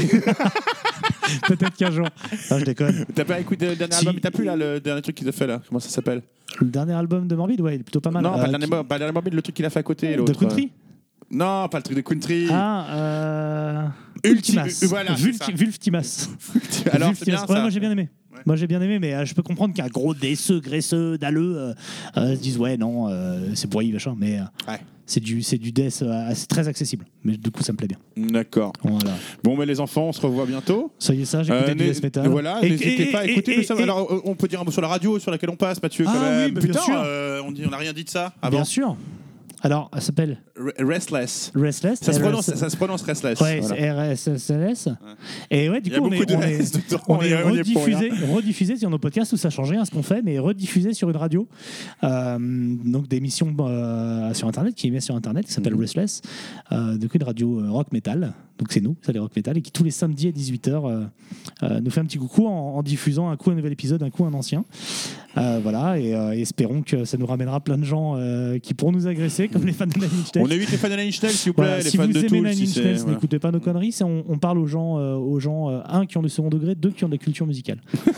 peut-être qu'un jour non je déconne T'as pas écouté le dernier Si. album? T'as plus là le dernier truc qu'il a fait là? Comment ça s'appelle? le dernier album de Morbid ouais il est plutôt pas mal Non, pas Euh, le dernier, qui- mo- pas le dernier Morbid, le truc qu'il a fait à côté. de l'autre. Country Non, pas le truc de Country. ah euh... Ulti- Ultimas euh, voilà, c'est Vulti- ça. Vultimas Alors, Vultimas. c'est bien Ouais, ça. moi j'ai bien aimé Ouais. moi j'ai bien aimé mais euh, je peux comprendre qu'un gros déceux graisseux dalleux euh, euh, se disent ouais non euh, c'est pourri machin mais euh, Ouais. c'est du c'est du death euh, assez- très accessible mais du coup ça me plaît bien D'accord. voilà Bon, mais les enfants, on se revoit bientôt. ça y est ça j'ai écouté Euh, du n'hé- death metal Voilà, Et- n'hésitez et- pas à et- écouter. et- mais ça, et- alors, euh, on peut dire un mot sur la radio sur laquelle on passe, Mathieu. Ah quand même. oui, bah, bien Putain, sûr. euh, on dit, on n'a rien dit de ça avant. bien sûr alors elle s'appelle R- Restless. Restless Ça se R S- prononce, ça se prononce Restless. ouais voilà. c'est R S S L S et ouais du Il y a coup on beaucoup est, de on S est, dedans, on on est est- on y est pour rien. rediffusé rediffusé sur nos podcasts où ça change rien à ce qu'on fait mais rediffusé sur une radio euh, donc des émissions euh, sur internet qui émet sur internet qui s'appelle Mhm. Restless euh, donc une radio euh, rock metal donc c'est nous ça les rock metal et qui tous les samedis à dix-huit heures euh, euh, nous fait un petit coucou en, en diffusant un coup un nouvel épisode un coup un ancien euh, voilà et euh, espérons que ça nous ramènera plein de gens euh, qui pourront nous agresser comme les fans de Nine Inch Nails. On évite les fans de Nine Inch Nails, s'il vous plaît, Voilà, les si fans vous de aimez Tool. Nine si Inch c'est- Nails, voilà. n'écoutez pas nos conneries. C'est on, on parle aux gens, euh, aux gens euh, un qui ont du second degré, deux qui ont de la culture musicale.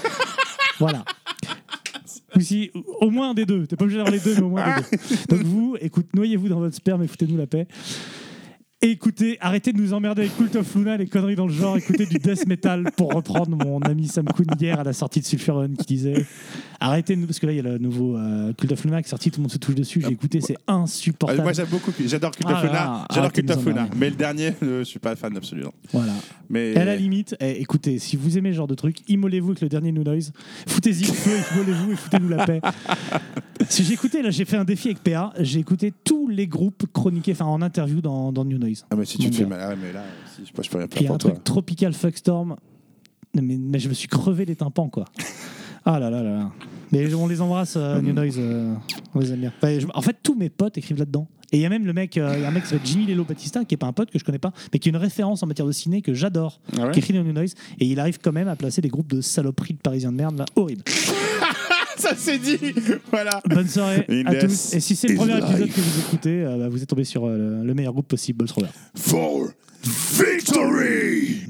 Voilà. Ou si, au moins un des deux. T'es pas obligé d'avoir les deux, mais au moins des deux. Donc vous, écoute, noyez-vous dans votre sperme et foutez-nous la paix. Et écoutez, arrêtez de nous emmerder avec Cult of Luna, les conneries dans le genre. Écoutez du death metal pour reprendre mon ami Sam Kuhn hier à la sortie de Sulfuron qui disait arrêtez de nous, parce que là il y a le nouveau euh, Cult of Luna qui est sorti, tout le monde se touche dessus. J'ai écouté, c'est Ah, insupportable. moi j'aime beaucoup, j'adore Cult Ah of là Luna, là, j'adore arrêtez Cult de of nous Luna, emmerder. mais le dernier, euh, je suis pas fan absolument. Voilà. Mais Et à la limite, eh, écoutez, si vous aimez ce genre de truc, immolez-vous avec le dernier New Noise. Foutez-y le feu, immolez-vous et foutez-nous la paix. Si j'ai écouté, là, j'ai fait un défi avec P A. J'ai écouté tous les groupes chroniqués, enfin en interview dans, dans New Noise. ah mais si tu Mon te fais gars. mal, ah, mais là, si, je sais pas, je peux rien Il y faire a un pour toi. truc Tropical Fuckstorm, mais, mais je me suis crevé les tympans, quoi. Ah là là là là. Mais on les embrasse, euh, New Noise. euh, on les aime bien. Enfin, je- en fait, tous mes potes écrivent là-dedans. Et il y a même le mec, euh, il y a un mec qui s'appelle Jimmy Lelo Batista, qui est pas un pote que je connais pas, mais qui est une référence en matière de ciné que j'adore, Ah ouais qui écrit dans New Noise. Et il arrive quand même à placer des groupes de saloperies de Parisiens de merde, là, horrible. Ça c'est dit. Voilà. Bonne soirée In à this tous. Et si c'est le is premier épisode life. que vous écoutez, euh, bah, vous êtes tombé sur euh, le, le meilleur groupe possible, Bolsthrower. for victory!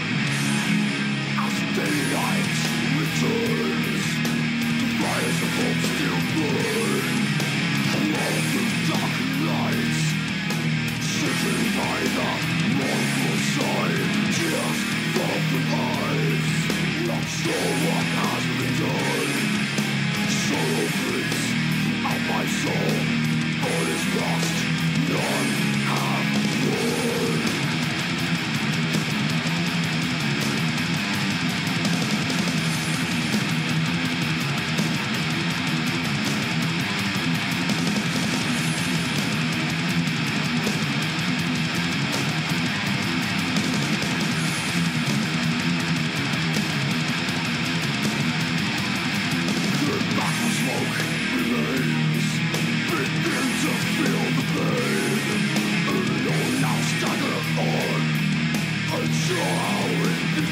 As daylight returns, the rise of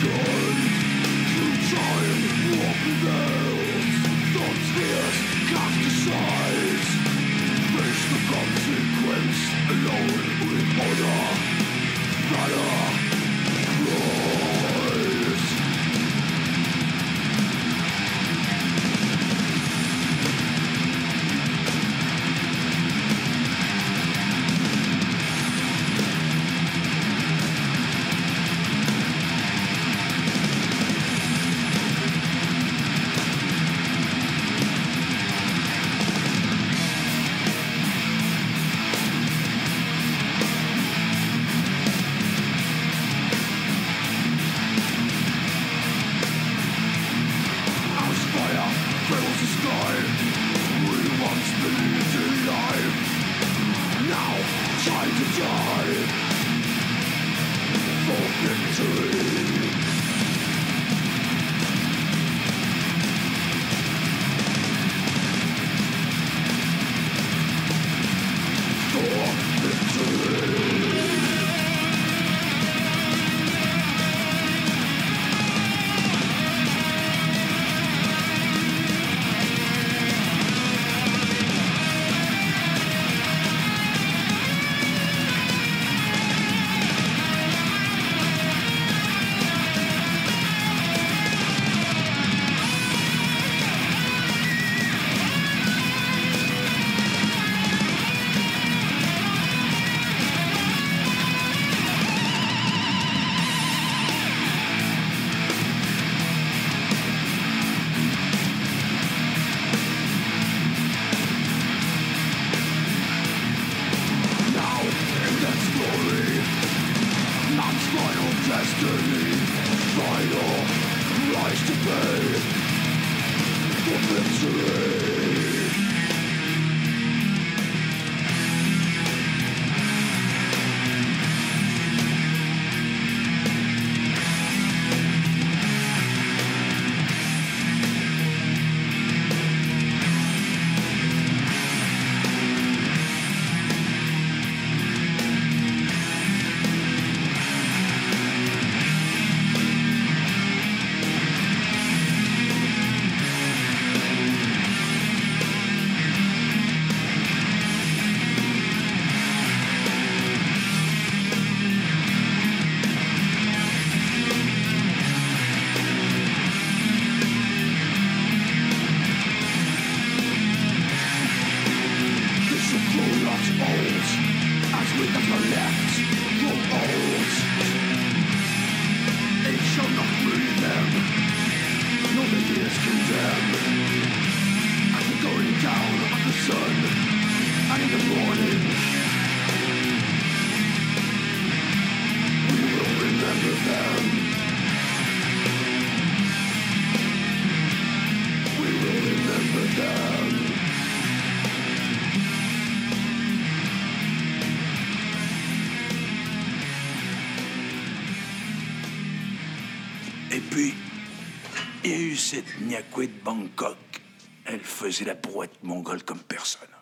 Et puis, il y a eu cette Nyakwe de Bangkok. Elle faisait la brouette mongole comme personne.